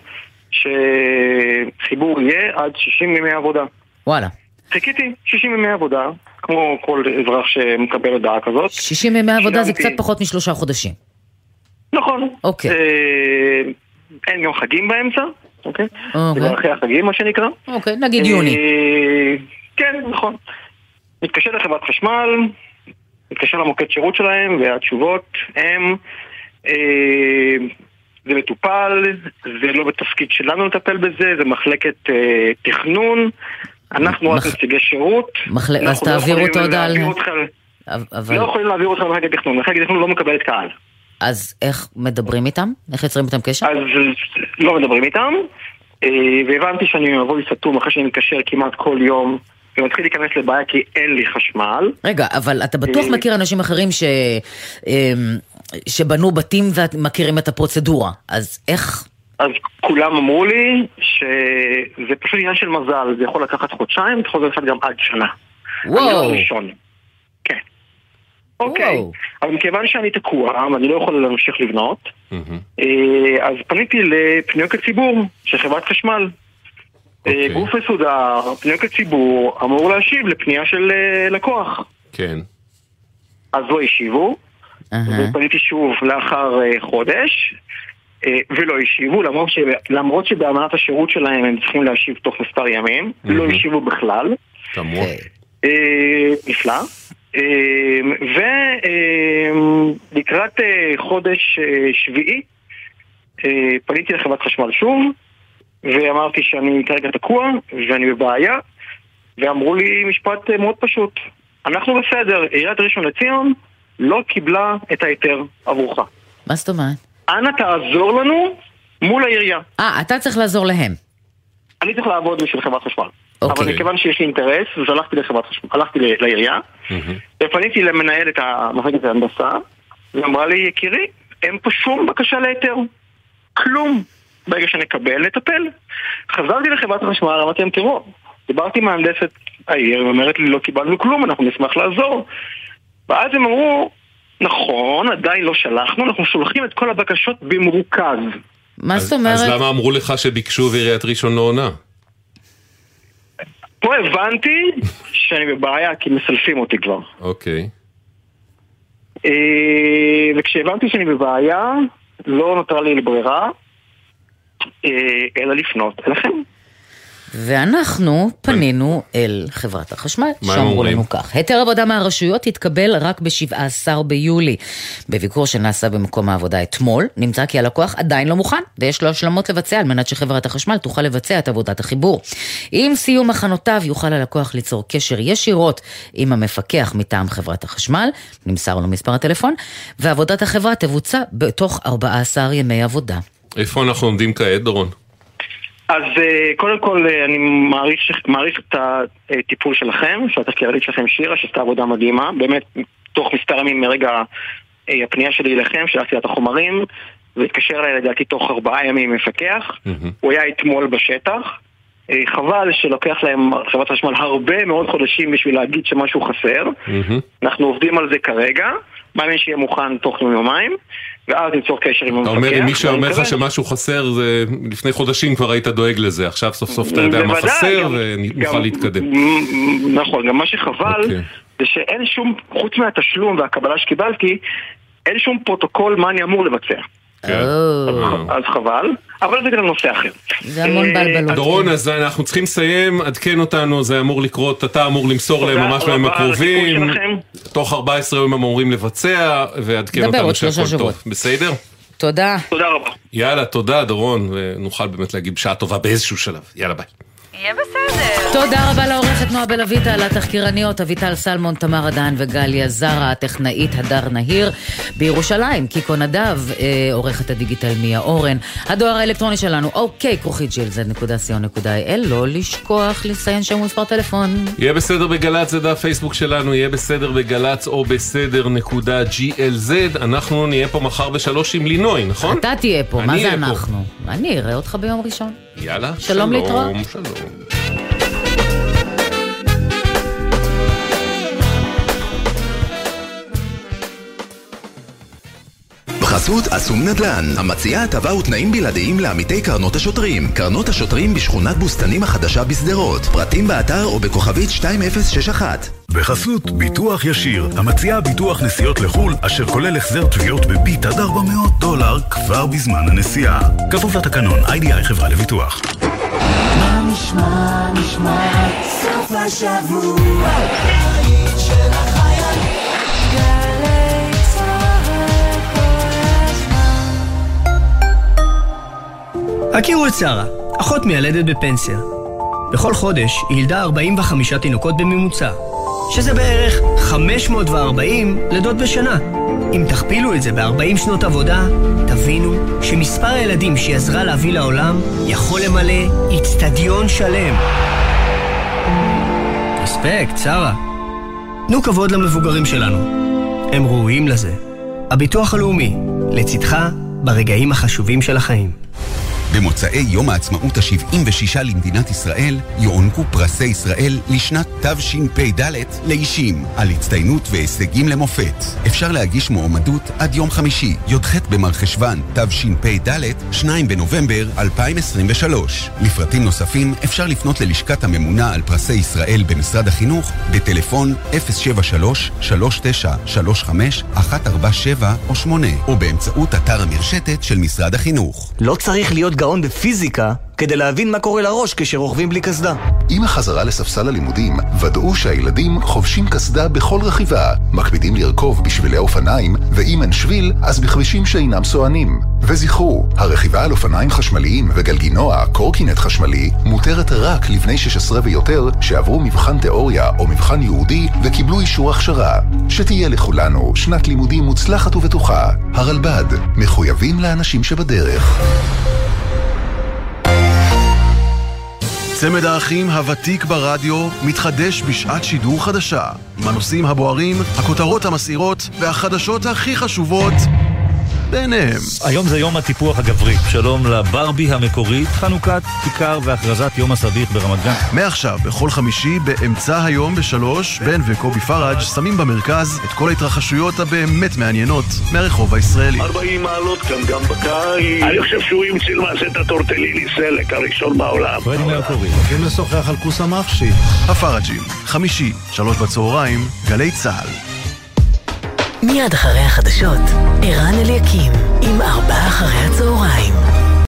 שחיבור יהיה עד 60 ימי עבודה. וואלה. חיכיתי 60 ימי עבודה, כמו כל אזרח שמקבל הודעה כזאת. 60 ימי עבודה זה קצת פחות מ3 חודשים. נכון. אוקיי. אין גם חגים באמצע, אוקיי? זה גם אחרי החגים, מה שנקרא. אוקיי, נגיד יוני. כן, נכון. מתקשר לחברת חשמל, מתקשר למוקד שירות שלהם, והתשובות הם, זה מטופל, זה לא בתפקיד שלנו לטפל בזה, זה מחלקת תכנון, אנחנו רק נציגי שירות. אז תעבירו אותו עוד על... לא יכולים להעביר אותך למחלקת תכנון, מחלקת תכנון לא מקבלת קהל. אז איך מדברים איתם? איך יוצרים איתם קשר? אז לא מדברים איתם, והבנתי שאני מבוא סתום אחרי שאני מתקשר כמעט כל יום, ומתחיל להיכנס לבעיה כי אין לי חשמל. רגע, אבל אתה בטוח מכיר אנשים אחרים שבנו בתים ומכירים את הפרוצדורה, אז איך? אז כולם אמרו לי שזה פשוט עניין של מזל, זה יכול לקחת חודשיים, יכול לקחת גם עד שנה. וואו. ראשון. כן. אוקיי, אבל מכיוון שאני תקוע ואני לא יכול להמשיך לבנות, אז פניתי לפניות הציבור של חברת חשמל. גוף מסודר, פניות הציבור אמור להשיב לפנייה של לקוח. כן. אז לא השיבו, ופניתי שוב לאחר חודש, ולא השיבו, למרות שבאמנת השירות שלהם הם צריכים להשיב תוך מספר ימים, לא השיבו בכלל. כמובן. נפלא. ולקראת חודש שביעי פניתי לחברת חשמל שוב ואמרתי שאני כרגע תקוע ואני בבעיה, ואמרו לי משפט מאוד פשוט: אנחנו בסדר, עיריית ראשון לציון לא קיבלה את ההיתר עבורך. מה זאת אומרת? אנא תעזור לנו מול העירייה. אתה צריך לעזור להם. אני צריך לעבוד בשביל חברת חשמל. אבל מכיוון שיש לי אינטרס, אז הלכתי לעירייה, ופניתי למנהלת המחלקת ההנדסה, ואמרה לי: יקירי, אין פה שום בקשה להיתר. כלום. ברגע שנקבל, נטפל. חזרתי לחברת החשמל, אמרתי להם: תראו, דיברתי עם מהנדסת העיר, ואומרת לי: לא קיבלנו כלום, אנחנו נשמח לעזור. ואז הם אמרו: נכון, עדיין לא שלחנו, אנחנו שולחים את כל הבקשות במרוכז. מה זאת אומרת? אז למה אמרו לך שביקשו ועיריית ראשון לא עונה? פה הבנתי שאני בבעיה, כי מסלפים אותי כבר. אוקיי. וכשהבנתי שאני בבעיה, לא נותרה לי לברירה, אלא לפנות אליכם. ואנחנו פנינו אל חברת החשמל, שאמרו לנו כך: היתר עבודה מהרשויות התקבל רק ב-17 ביולי. בביקור שנעשה במקום העבודה אתמול, נמצא כי הלקוח עדיין לא מוכן, ויש לו השלמות לבצע על מנת שחברת החשמל תוכל לבצע את עבודת החיבור. עם סיום הכנותיו יוכל הלקוח ליצור קשר ישירות עם המפקח מטעם חברת החשמל, נמסר לו מספר הטלפון, ועבודת החברה תבוצע בתוך 14 ימי עבודה. איפה אנחנו עומדים כעת, דורון? אז קודם כל אני מעריך את הטיפול שלכם, שהתחקירנית שלכם שירה, שעשתה עבודה מדהימה, באמת תוך מספר ימים מרגע הפנייה שלי אליכם, שלחתי את החומרים, והתקשר אליי לדעתי תוך 4 ימים מפקח. הוא היה אתמול בשטח. חבל שלוקח להם חברת החשמל הרבה מאוד חודשים בשביל להגיד שמשהו חסר. אנחנו עובדים על זה כרגע, מאמין שיהיה מוכן תוך יומיים, ואז ניצור קשר עם המפקח. אתה אומר, אם מי שאומר לך שמשהו חסר, זה לפני חודשים כבר היית דואג לזה, עכשיו סוף סוף אתה יודע מה חסר ונוכל להתקדם. נכון, גם מה שחבל זה שאין שום, חוץ מהתשלום והקבלה שקיבלתי, אין שום פרוטוקול מה אני אמור לבצע. אז חבל, אבל זה גם נושא אחר. זה המון בלבלות. דורון, אז אנחנו צריכים לסיים, עדכן אותנו, זה אמור לקרות, אתה אמור למסור להם ממש בימים הקרובים, תוך 14 יום הם אמורים לבצע, ועדכן אותנו שהכל טוב. בסדר? תודה. תודה רבה. יאללה, תודה דורון, ונוכל באמת להגיד בשעה טובה באיזשהו שלב. יאללה, ביי. יהיה בסדר. תודה רבה לעורכת נועה בלויטה, לתחקירניות אביטל סלמון, תמר עדן וגליה זרה, הטכנאית הדר נהיר. בירושלים קיקו נדב, עורכת הדיגיטל מיה אורן. הדואר האלקטרוני שלנו ok@gilz.co.il. לא לשכוח לציין שם מספר טלפון. יהיה בסדר בגלץ, זה דף פייסבוק שלנו, יהיה בסדר בגלץ או בסדר.glz. אנחנו נהיה פה מחר ב3 עם לינוי, נכון? אתה תהיה פה, מה זה אנחנו? אני אראה אותך ביום ראשון. יאללה, שלום להתראות. שלום. בחסות אסום נדל"ן, המציעה הטבה ותנאים בלעדיים לעמיתי קרנות השוטרים. קרנות השוטרים בשכונת בוסתנים החדשה בסדרות. פרטים באתר או בכוכבית 2061. בחסות ביטוח ישיר, המציעה ביטוח נסיעות לחול, אשר כולל החזר תביעות בביט עד $400 כבר בזמן הנסיעה. כפוף לתקנון, IDI חברה לביטוח. מה נשמע, סוף השבוע, היית של החייל, גלי צהר כל הזמן. הכירו את שרה, אחות מיילדת בפנסיה. בכל חודש היא ילדה 45 תינוקות בממוצע, שזה בערך 540 לידות בשנה. אם תכפילו את זה ב-40 שנות עבודה, תבינו שמספר הילדים שהיא עזרה להביא לעולם יכול למלא אצטדיון שלם. רספקט, שרה. תנו כבוד למבוגרים שלנו. הם ראויים לזה. הביטוח הלאומי, לצדך ברגעים החשובים של החיים. במוצאי יום העצמאות ה-76 למדינת ישראל יוענקו פרסי ישראל לשנת תשפ"ד לאישים על הצטיינות והישגים למופת. אפשר להגיש מועמדות עד יום חמישי, י"ח במרחשוון תשפ"ד, 2 בנובמבר 2023. לפרטים נוספים אפשר לפנות ללשכת הממונה על פרסי ישראל במשרד החינוך בטלפון 073-3935-147 או 8 או באמצעות אתר המרשתת של משרד החינוך. לא צריך להיות גאון בפיזיקה כדי להבין מה קורה לראש כשרוכבים בלי קסדה. עם החזרה לספסל הלימודים, ודאו שהילדים חובשים קסדה בכל רכיבה, מקפידים לרכוב בשבילי אופניים, ואם אין שביל, אז בכבישים שאינם סוענים. וזכרו, הרכיבה על אופניים חשמליים וגלגינוע, קורקינט חשמלי, מותרת רק לבני 16 ויותר שעברו מבחן תיאוריה או מבחן ייעודי וקיבלו אישור הכשרה. שתהיה לכולנו שנת לימודים מוצלחת ובטוחה. הרלב"ד, מחויבים לאנשים שבדרך. צמד האחים הוותיק ברדיו מתחדש בשעת שידור חדשה. הנושאים הבוערים, הכותרות המסעירות והחדשות הכי חשובות ביניהם. היום זה יום הטיפוח הגברי. שלום לברבי המקורית, חנוכת כיכר והכרזת יום הסביך ברמת גן. מעכשיו, בכל חמישי, באמצע היום ב3, בן וקובי פראג' שמים במרכז את כל ההתרחשויות הבאמת מעניינות מהרחוב הישראלי. 40 מעלות כאן גם בקיץ. אני חושב שהוא ימציא למעשה את הטורטליני סלק הראשון בעולם. פרדי מהקורי. הולכים לשוחח על כוס המחשי. הפראג'ים, חמישי, 3 בצהריים, גלי צהל. מיד אחרי החדשות, ערן אליקים עם 4 אחרי הצהריים.